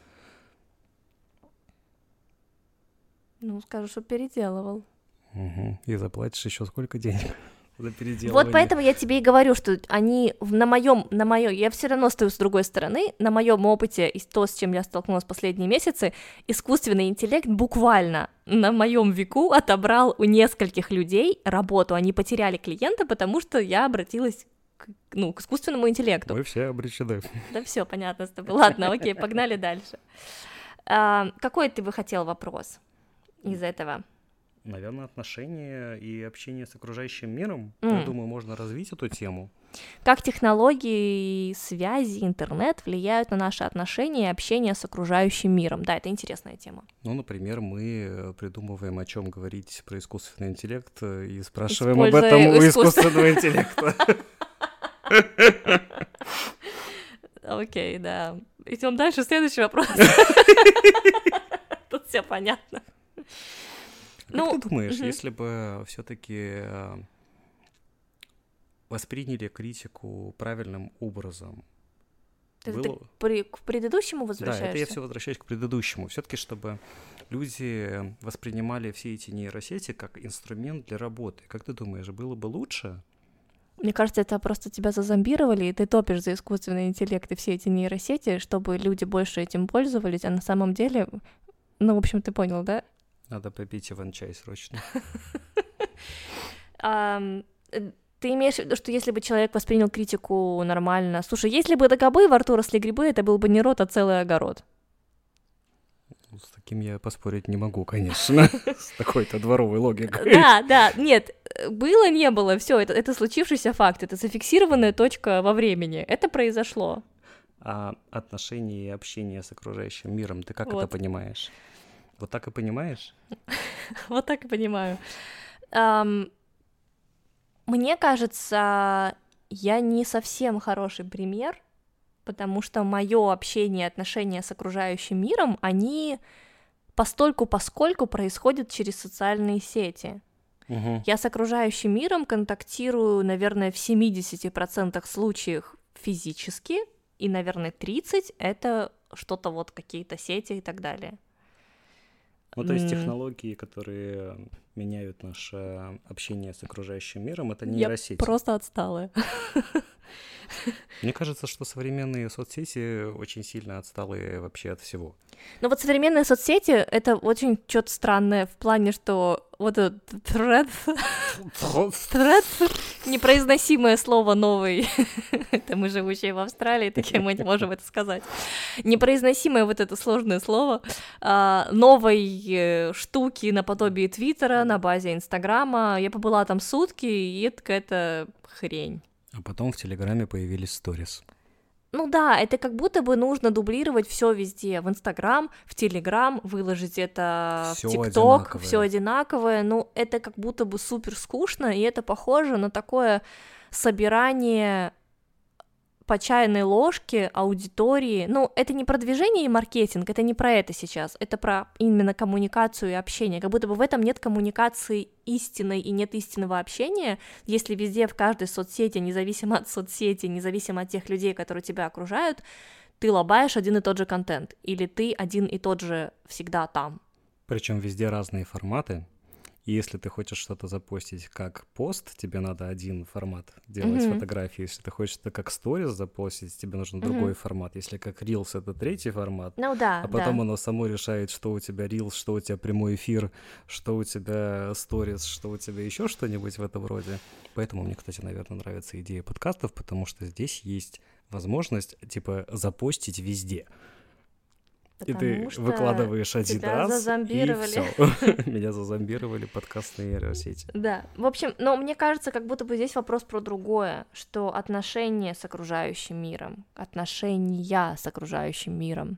Ну, скажу, что переделывал. Угу. И заплатишь еще сколько денег за переделывание? Вот поэтому я тебе и говорю, что они на моем, я все равно стою с другой стороны, на моем опыте и то, с чем я столкнулась последние месяцы, искусственный интеллект буквально на моем веку отобрал у нескольких людей работу, они потеряли клиента, потому что я обратилась к искусственному интеллекту. Мы все обречены. Да все, понятно с тобой. Ладно, окей, погнали дальше. Какой ты бы хотел вопрос из этого? Наверное, отношения и общение с окружающим миром. Я думаю, можно развить эту тему. Как технологии, связи, интернет влияют на наши отношения и общение с окружающим миром? Да, это интересная тема. Ну, например, мы придумываем, о чем говорить про искусственный интеллект, и спрашиваем об этом у искусственного интеллекта. Окей, да. Идем дальше. Следующий вопрос. Тут все понятно. Как ты думаешь, если бы все-таки восприняли критику правильным образом? Ты к предыдущему возвращаешься? Да, это я все возвращаюсь к предыдущему. Все-таки, чтобы люди воспринимали все эти нейросети как инструмент для работы. Как ты думаешь, было бы лучше? Мне кажется, это просто тебя зазомбировали, и ты топишь за искусственный интеллект и все эти нейросети, чтобы люди больше этим пользовались, а на самом деле, в общем, ты понял, да? Надо попить иван-чай срочно. Ты имеешь в виду, что если бы человек воспринял критику нормально... Слушай, если бы до кобы во рту росли грибы, это был бы не рот, а целый огород. С таким я поспорить не могу, конечно. С такой-то дворовой логикой. Да, нет, было, не было, все, это случившийся факт, это зафиксированная точка во времени, это произошло. А отношения и общение с окружающим миром, ты как это понимаешь? Вот так и понимаешь? Вот так и понимаю. Мне кажется, я не совсем хороший пример, потому что мое общение и отношения с окружающим миром, они постольку-поскольку происходят через социальные сети. Я с окружающим миром контактирую, наверное, в 70% случаев физически, и, наверное, 30% — это что-то вот, какие-то сети и так далее. Ну, то есть технологии, которые меняют наше общение с окружающим миром, это нейросети. Я просто отсталая. Мне кажется, что современные соцсети очень сильно отсталые вообще от всего. Ну вот современные соцсети — это очень что-то странное в плане, что вот этот Threads, непроизносимое слово новый, это мы живущие в Австралии, такие мы не можем это сказать, непроизносимое вот это сложное слово новой штуки наподобие Твиттера на базе Инстаграма. Я побыла там сутки, и это какая-то хрень. А потом в Телеграме появились сторис. Ну да, это как будто бы нужно дублировать все везде. В Инстаграм, в Телеграм, выложить это всё в ТикТок, одинаковое. все одинаковое. Ну, это как будто бы супер скучно, и это похоже на такое собирание по чайной ложке аудитории. Ну, это не продвижение и маркетинг, это не про это сейчас, это про именно коммуникацию и общение. Как будто бы в этом нет коммуникации истинной и нет истинного общения, если везде, в каждой соцсети, независимо от соцсети, независимо от тех людей, которые тебя окружают, ты лобаешь один и тот же контент, или ты один и тот же всегда там. Причем везде разные форматы. И если ты хочешь что-то запостить как пост, тебе надо один формат делать фотографии. Если ты хочешь это как сторис запостить, тебе нужен другой формат. Если как Reels — это третий формат. Ну да, а потом оно само решает, что у тебя Reels, что у тебя прямой эфир, что у тебя сторис, что у тебя еще что-нибудь в этом роде. Поэтому мне, кстати, наверное, нравится идея подкастов, потому что здесь есть возможность, типа, запостить везде. И ты выкладываешь один раз, зазомбировали. И всё. Меня зазомбировали подкастные нейросети. Да, в общем, но мне кажется, как будто бы здесь вопрос про другое, что отношения с окружающим миром, отношения с окружающим миром.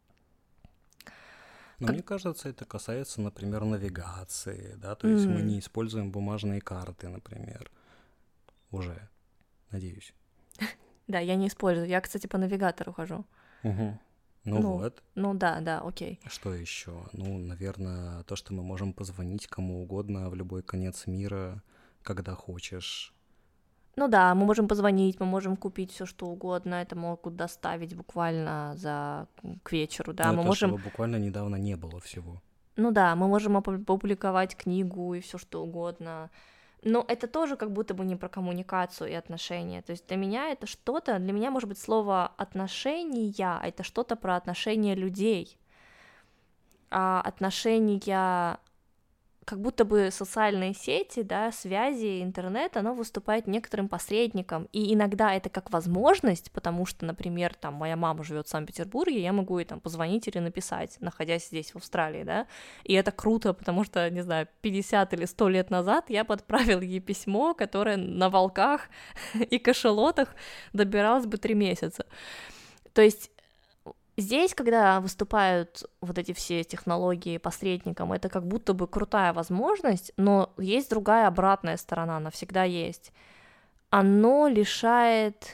Но мне кажется, это касается, например, навигации, да, то есть мы не используем бумажные карты, например, уже, надеюсь. Да, я не использую, я, кстати, по навигатору хожу. Вот. Ну да, окей. Что еще? Ну, наверное, то, что мы можем позвонить кому угодно в любой конец мира, когда хочешь. Ну да, мы можем позвонить, мы можем купить все что угодно, это могут доставить буквально к вечеру, да, Но мы это можем... что буквально недавно не было всего. Ну да, мы можем опубликовать книгу и все что угодно. Но это тоже как будто бы не про коммуникацию и отношения. То есть для меня это что-то, для меня может быть слово отношения, а это что-то про отношения людей. А отношения, как будто бы социальные сети, да, связи, интернет, оно выступает некоторым посредником, и иногда это как возможность, потому что, например, там, моя мама живет в Санкт-Петербурге, я могу ей там позвонить или написать, находясь здесь, в Австралии, да, и это круто, потому что, не знаю, 50 или 100 лет назад я бы отправила ей письмо, которое на волках и кашалотах добиралось бы 3 месяца. То есть здесь, когда выступают вот эти все технологии посредником, это как будто бы крутая возможность, но есть другая обратная сторона, она всегда есть. Оно лишает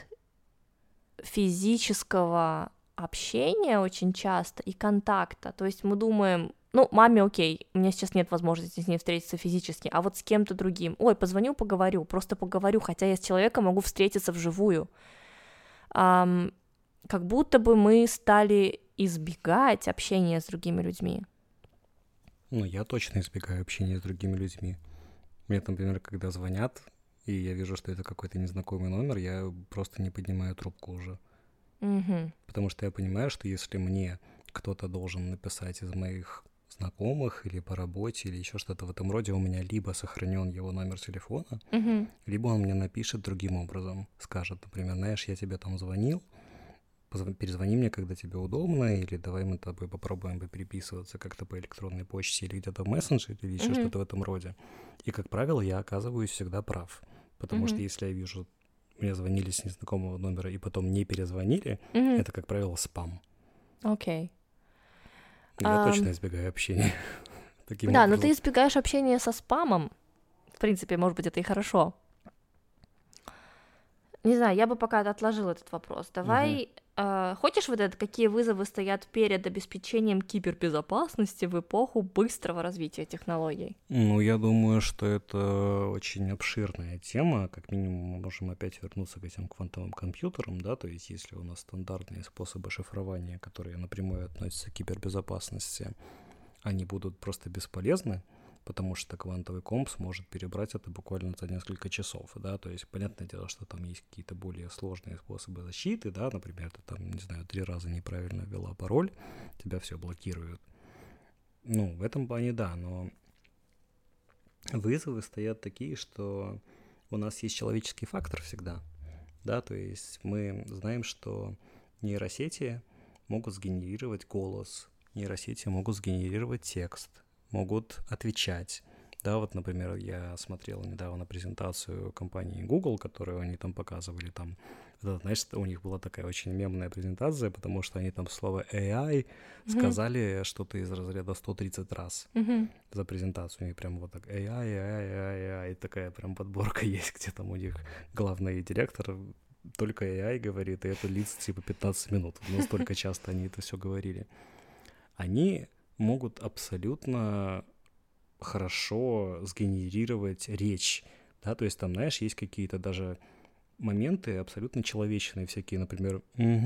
физического общения очень часто и контакта. То есть мы думаем, ну, маме окей, у меня сейчас нет возможности с ней встретиться физически, а вот с кем-то другим, ой, позвоню, поговорю, просто поговорю, хотя я с человеком могу встретиться вживую. Как будто бы мы стали избегать общения с другими людьми. Ну, я точно избегаю общения с другими людьми. Мне, например, когда звонят, и я вижу, что это какой-то незнакомый номер, я просто не поднимаю трубку уже. Потому что я понимаю, что если мне кто-то должен написать из моих знакомых или по работе, или еще что-то в этом роде, у меня либо сохранен его номер телефона, либо он мне напишет другим образом. Скажет, например, знаешь, я тебе там звонил, перезвони мне, когда тебе удобно, или давай мы с тобой попробуем переписываться как-то по электронной почте или где-то в мессенджере, или еще что-то в этом роде. И, как правило, я оказываюсь всегда прав. Потому что если я вижу, мне звонили с незнакомого номера и потом не перезвонили, это, как правило, спам. Окей. Я точно избегаю общения. Таким да, образом. но ты избегаешь общения со спамом. В принципе, может быть, это и хорошо. Не знаю, я бы пока отложила этот вопрос. Давай, хочешь вот это, какие вызовы стоят перед обеспечением кибербезопасности в эпоху быстрого развития технологий? Ну, я думаю, что это очень обширная тема. Как минимум, мы можем опять вернуться к этим квантовым компьютерам, да, то есть если у нас стандартные способы шифрования, которые напрямую относятся к кибербезопасности, они будут просто бесполезны, потому что квантовый комп сможет перебрать это буквально за несколько часов, да, то есть понятное дело, что там есть какие-то более сложные способы защиты, да, например, ты там, не знаю, 3 раза неправильно ввела пароль, тебя все блокируют. Ну, в этом плане да, но вызовы стоят такие, что у нас есть человеческий фактор всегда, да, то есть мы знаем, что нейросети могут сгенерировать голос, нейросети могут сгенерировать текст, могут отвечать. Да, вот, например, я смотрел недавно презентацию компании Google, которую они там показывали, там, знаешь, у них была такая очень мемная презентация, потому что они там слово AI сказали что-то из разряда 130 раз за презентацию, и прям вот так AI, такая прям подборка есть, где там у них главный директор только AI говорит, и это длится типа 15 минут, настолько часто они это все говорили. Они могут абсолютно хорошо сгенерировать речь, да, то есть там, знаешь, есть какие-то даже моменты абсолютно человечные всякие, например,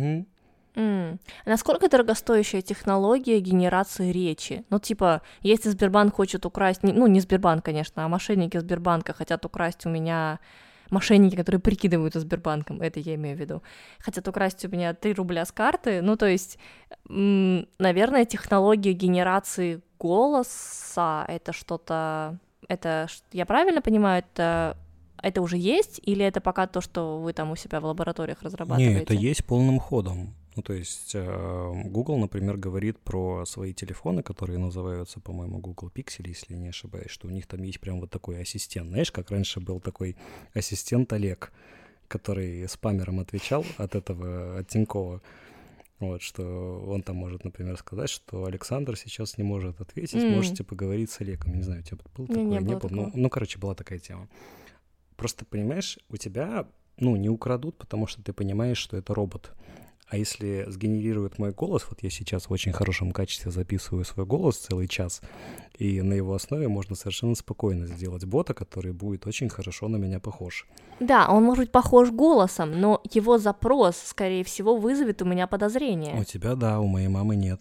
Насколько дорогостоящая технология генерации речи? Ну, типа, если Сбербанк хочет украсть, ну, не Сбербанк, конечно, а мошенники Сбербанка хотят украсть у меня... Мошенники, которые прикидываются Сбербанком, это я имею в виду, хотят украсть у меня 3 рубля с карты, ну, то есть, наверное, технология генерации голоса, это что-то, это, я правильно понимаю, это уже есть, или это пока то, что вы там у себя в лабораториях разрабатываете? Нет, это есть полным ходом. Ну, то есть Google, например, говорит про свои телефоны, которые называются, по-моему, Google Pixel, если я не ошибаюсь, что у них там есть прям вот такой ассистент. Знаешь, как раньше был такой ассистент Олег, который спамером отвечал от Тинькова. Вот, что он там может, например, сказать, что Александр сейчас не может ответить, можете поговорить с Олегом. Не знаю, у тебя был такой, не был? Ну, короче, была такая тема. Просто, понимаешь, у тебя, не украдут, потому что ты понимаешь, что это робот. А если сгенерирует мой голос, вот я сейчас в очень хорошем качестве записываю свой голос целый час, и на его основе можно совершенно спокойно сделать бота, который будет очень хорошо на меня похож. Да, он может быть похож голосом, но его запрос, скорее всего, вызовет у меня подозрение. У тебя да, у моей мамы нет.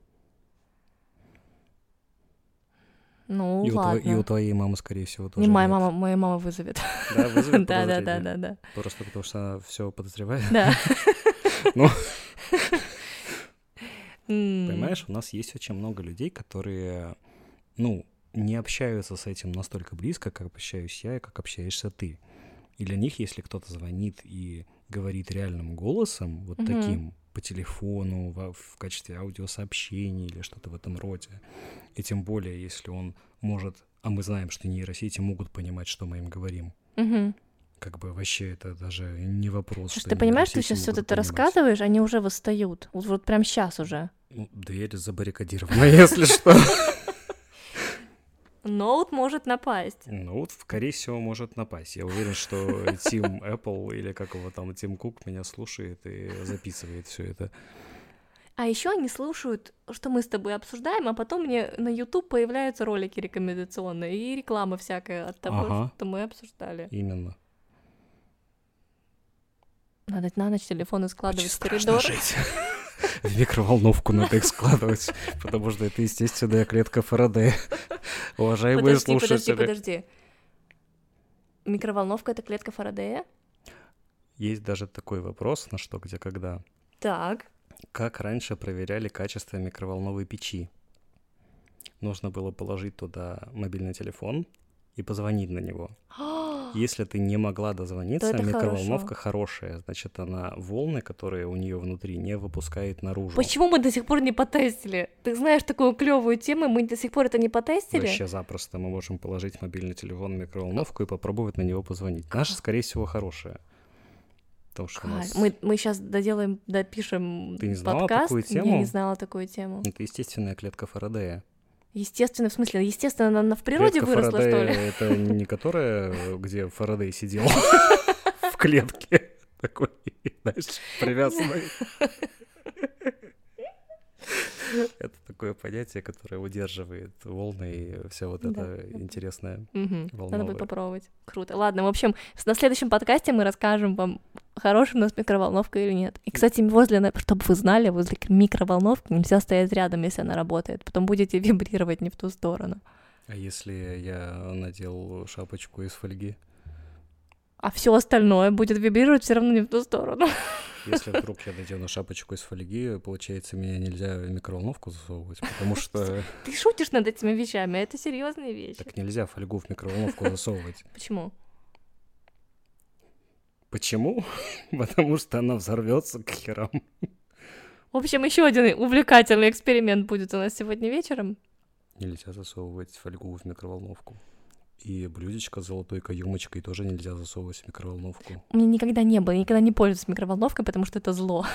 Ну, и ладно. И у твоей мамы, скорее всего, тоже Не моя нет. мама, моя мама вызовет. Да, вызовет Да. подозрение? Да. Просто потому что она все подозревает? Да. Ну, понимаешь, у нас есть очень много людей, которые, ну, не общаются с этим настолько близко, как общаюсь я и как общаешься ты. И для них, если кто-то звонит и говорит реальным голосом, вот таким, по телефону, в качестве аудиосообщений или что-то в этом роде, и тем более, если он может, а мы знаем, что нейросети могут понимать, что мы им говорим, как бы вообще это даже не вопрос. Что ты понимаешь, что сейчас все это рассказываешь, они уже восстают. Вот прям сейчас уже. Ну, дверь забаррикадирована, если что. Ноут может напасть. Ноут, скорее всего, может напасть. Я уверен, что Тим Apple, или как его там, Тим Кук, меня слушает и записывает все это. А еще они слушают, что мы с тобой обсуждаем, а потом мне на YouTube появляются ролики рекомендационные и реклама всякая от того, что мы обсуждали. Именно. Надо на ночь телефоны складывать в коридор. В микроволновку надо их складывать, потому что это естественная клетка Фарадея. Уважаемые слушатели. Подожди. Микроволновка — это клетка Фарадея? Есть даже такой вопрос, на что, где, когда. Так. Как раньше проверяли качество микроволновой печи? Нужно было положить туда мобильный телефон и позвонить на него. Если ты не могла дозвониться, микроволновка хорошая, значит, она волны, которые у нее внутри, не выпускает наружу. Почему мы до сих пор не потестили? Ты знаешь такую клевую тему, мы до сих пор это не потестили? Вообще запросто мы можем положить мобильный телефон в микроволновку и попробовать на него позвонить. Наша, скорее всего, хорошая. Потому что нас... мы сейчас допишем Ты не знала подкаст. Такую тему? Я не знала такую тему. Это естественная клетка Фарадея. Естественно, в смысле, естественно, она в природе клетка выросла, Фарадея, что ли? Это не которая, где Фарадей сидел в клетке такой, знаешь, привязанный. Это такое понятие, которое удерживает волны и все вот это интересное волновое. Надо будет попробовать. Круто. Ладно, в общем, на следующем подкасте мы расскажем вам, хорошая у нас микроволновка или нет. И, кстати, чтобы вы знали, возле микроволновки нельзя стоять рядом, если она работает. Потом будете вибрировать не в ту сторону. А если я надел шапочку из фольги? А все остальное будет вибрировать все равно не в ту сторону. Если вдруг я надену шапочку из фольги, получается, меня нельзя в микроволновку засовывать, потому что... Ты шутишь над этими вещами, это серьезные вещи. Так нельзя фольгу в микроволновку засовывать. Почему? Почему? Потому что она взорвется к херам. В общем, еще один увлекательный эксперимент будет у нас сегодня вечером. Нельзя засовывать фольгу в микроволновку. И блюдечко с золотой каемочкой тоже нельзя засовывать в микроволновку. У меня никогда не было, я никогда не пользуюсь микроволновкой, потому что это зло.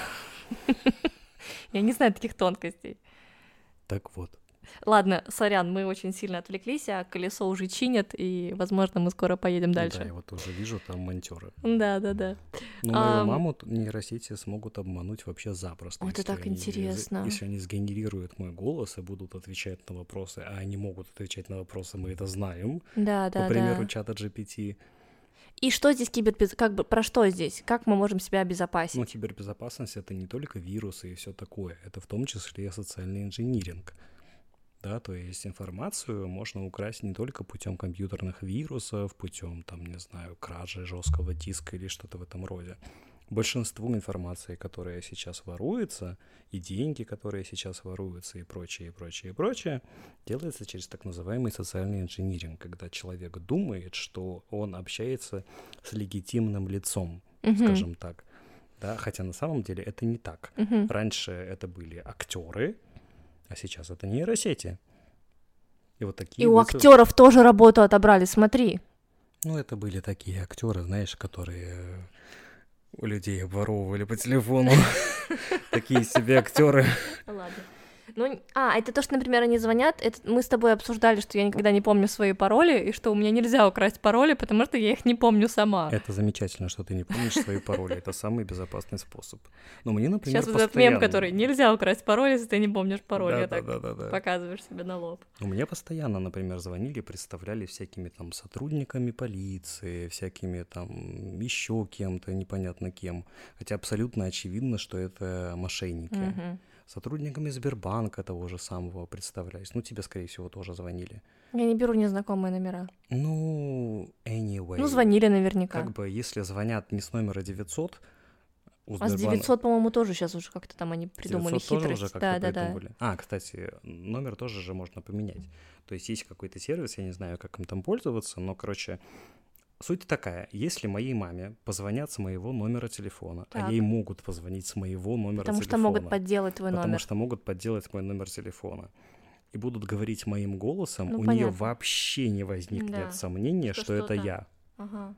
Я не знаю таких тонкостей. Так вот. Ладно, сорян, мы очень сильно отвлеклись, а колесо уже чинят, и, возможно, мы скоро поедем дальше. Да, я вот уже вижу там монтёры. Да. Ну, мою маму нейросети смогут обмануть вообще запросто. Это так интересно. Если они сгенерируют мой голос и будут отвечать на вопросы, а они могут отвечать на вопросы, мы это знаем. Да. По примеру, чата GPT. И что здесь про что здесь? Как мы можем себя обезопасить? Ну, кибербезопасность — это не только вирусы и все такое, это в том числе и социальный инжиниринг. Да, то есть информацию можно украсть не только путем компьютерных вирусов, путем, там, не знаю, кражи жесткого диска или что-то в этом роде. Большинство информации, которая сейчас воруется, и деньги, которые сейчас воруются, и прочее, делается через так называемый социальный инжиниринг, когда человек думает, что он общается с легитимным лицом, скажем так. Да, хотя на самом деле это не так. Раньше это были актеры, а сейчас это нейросети. И вот такие. И у актеров тоже работу отобрали, смотри. Ну, это были такие актеры, знаешь, которые у людей обворовывали по телефону. Такие себе актеры. Ладно. Это то, что, например, они звонят, мы с тобой обсуждали, что я никогда не помню свои пароли, и что у меня нельзя украсть пароли, потому что я их не помню сама. Это замечательно, что ты не помнишь свои пароли, это самый безопасный способ. Но мне, например, сейчас вот этот мем, который нельзя украсть пароль, если ты не помнишь пароль, да, показываешь себе на лоб. У меня постоянно, например, звонили, представляли всякими там сотрудниками полиции, всякими там еще кем-то, непонятно кем, хотя абсолютно очевидно, что это мошенники. Сотрудниками Сбербанка того же самого представляюсь. Тебе, скорее всего, тоже звонили. Я не беру незнакомые номера. Anyway. Звонили наверняка. Как бы, если звонят не с номера 900... с 900, по-моему, тоже сейчас уже как-то там они придумали 900 хитрость. Тоже уже как-то придумали. Кстати, номер тоже же можно поменять. То есть какой-то сервис, я не знаю, как им там пользоваться, но, короче... Суть такая, если моей маме позвонят с моего номера телефона, а ей могут позвонить с моего номера телефона. Потому что могут подделать твой номер. Потому что могут подделать мой номер телефона. И будут говорить моим голосом, у нее вообще не возникнет сомнения, что это я. Ага.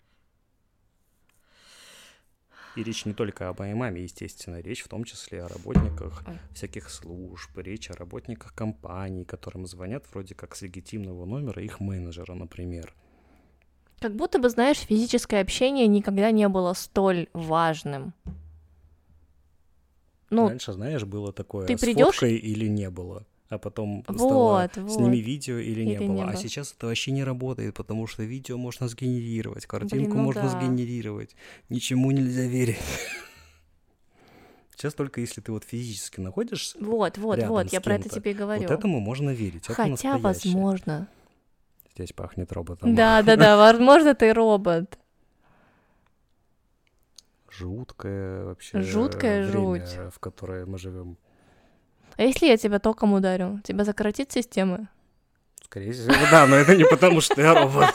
И речь не только о моей маме, естественно, речь в том числе о работниках всяких служб, речь о работниках компаний, которым звонят вроде как с легитимного номера их менеджера, например. Как будто бы, знаешь, физическое общение никогда не было столь важным. Раньше, знаешь, было такое, ты с придёшь... фоткой или не было, а потом стало, сними видео или не было. Не а сейчас это вообще не работает, потому что видео можно сгенерировать, картинку можно сгенерировать, ничему нельзя верить. Сейчас только если ты физически находишься рядом с я про это тебе и говорю. Вот этому можно верить, это Хотя, настоящее. возможно... Здесь пахнет роботом. Да, возможно, ты робот. Жуткое вообще время, жуть, в которое мы живем. А если я тебя током ударю, тебя закоротит система? Скорее всего, да, но это не потому, что я робот.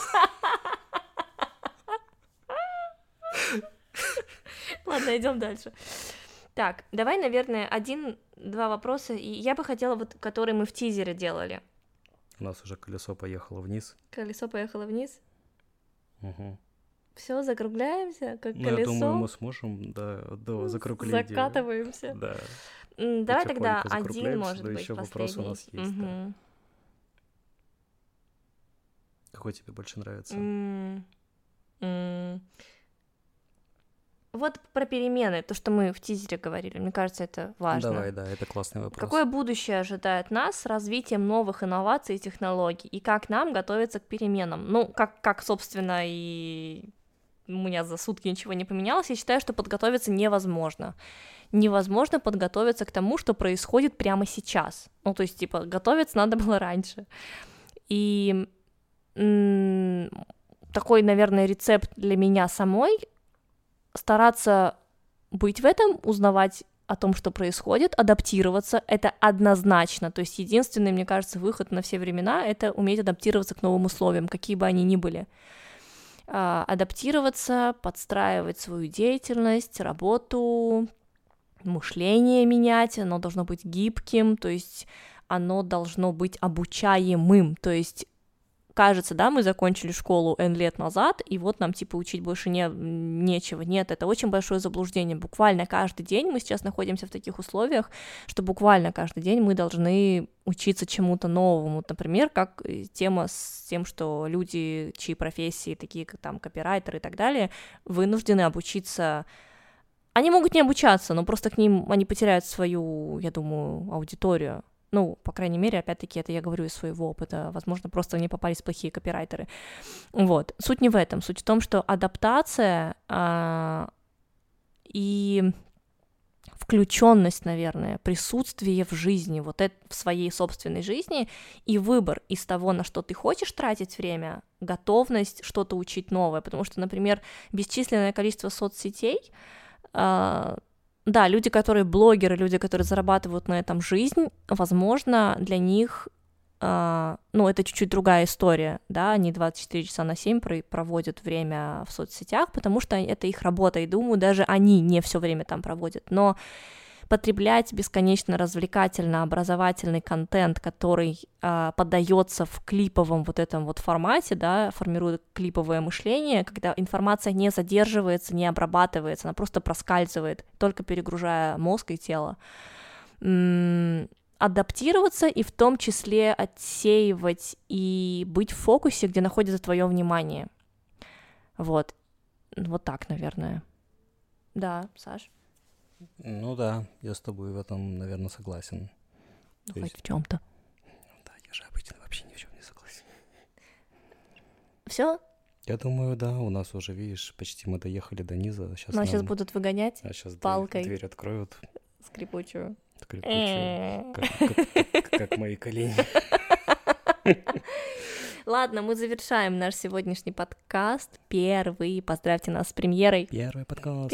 Ладно, идем дальше. Так, давай, наверное, 1-2 вопроса. И я бы хотела, которые мы в тизере делали. У нас уже колесо поехало вниз. Колесо поехало вниз? Угу. Все, закругляемся, как колесо. Я думаю, мы сможем до закругления. Закатываемся. Да. Давай тогда 1, может быть, еще последний. Вопрос у нас есть. Да. Какой тебе больше нравится? Вот про перемены, то, что мы в тизере говорили, мне кажется, это важно. Давай, это классный вопрос. Какое будущее ожидает нас с развитием новых инноваций и технологий, и как нам готовиться к переменам? Как собственно, и у меня за сутки ничего не поменялось, я считаю, что подготовиться невозможно. Невозможно подготовиться к тому, что происходит прямо сейчас. То есть, готовиться надо было раньше. И такой, наверное, рецепт для меня самой — стараться быть в этом, узнавать о том, что происходит, адаптироваться, это однозначно, то есть единственный, мне кажется, выход на все времена — это уметь адаптироваться к новым условиям, какие бы они ни были. Адаптироваться, подстраивать свою деятельность, работу, мышление менять, оно должно быть гибким, то есть оно должно быть обучаемым, то есть кажется, да, мы закончили школу N лет назад, и вот нам, учить больше нечего. Нет, это очень большое заблуждение. Буквально каждый день мы сейчас находимся в таких условиях, что буквально каждый день мы должны учиться чему-то новому. Например, как тема с тем, что люди, чьи профессии, такие как там копирайтеры и так далее, вынуждены обучиться. Они могут не обучаться, но просто к ним они потеряют свою, я думаю, аудиторию. По крайней мере, опять-таки, это я говорю из своего опыта. Возможно, просто мне попались плохие копирайтеры. Суть не в этом. Суть в том, что адаптация и включенность, наверное, присутствие в жизни, в своей собственной жизни, и выбор из того, на что ты хочешь тратить время, готовность что-то учить новое. Потому что, например, бесчисленное количество соцсетей, да, люди, которые блогеры, люди, которые зарабатывают на этом жизнь, возможно, для них, это чуть-чуть другая история, да, они 24 часа на 7 проводят время в соцсетях, потому что это их работа, и думаю, даже они не все время там проводят, но потреблять бесконечно развлекательно-образовательный контент, который поддается в клиповом этом формате, да, формирует клиповое мышление, когда информация не задерживается, не обрабатывается, она просто проскальзывает, только перегружая мозг и тело. адаптироваться и в том числе отсеивать и быть в фокусе, где находится твое внимание. Вот так, наверное. Да, Саш? Ну да, я с тобой в этом, наверное, согласен. Ну, хоть в чем-то. Да, я же обычно вообще ни в чем не согласен. Все? Я думаю, да, у нас уже, видишь, почти мы доехали до низа. Нас сейчас будут выгонять сейчас палкой. Дверь откроют. Скрипучую. Как мои колени. Ладно, мы завершаем наш сегодняшний подкаст. Первый. Поздравьте нас с премьерой. Первый подкаст.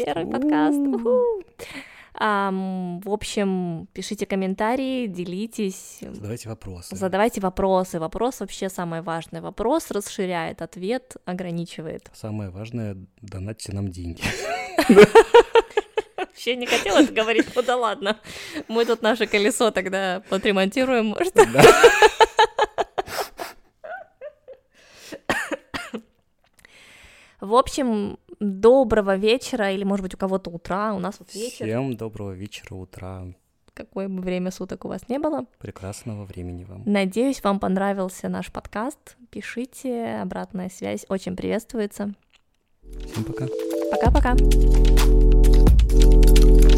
В общем, пишите комментарии, делитесь. Задавайте вопросы. Вопрос вообще самое важное. Вопрос расширяет, ответ ограничивает. Самое важное — донатьте нам деньги. Вообще не хотела это говорить, ну да ладно. Мы тут наше колесо тогда подремонтируем, может? В общем, доброго вечера, или, может быть, у кого-то утра, у нас вот вечер. Всем доброго вечера, утра. Какое бы время суток у вас не было. Прекрасного времени вам. Надеюсь, вам понравился наш подкаст. Пишите, обратная связь очень приветствуется. Всем пока. Пока-пока.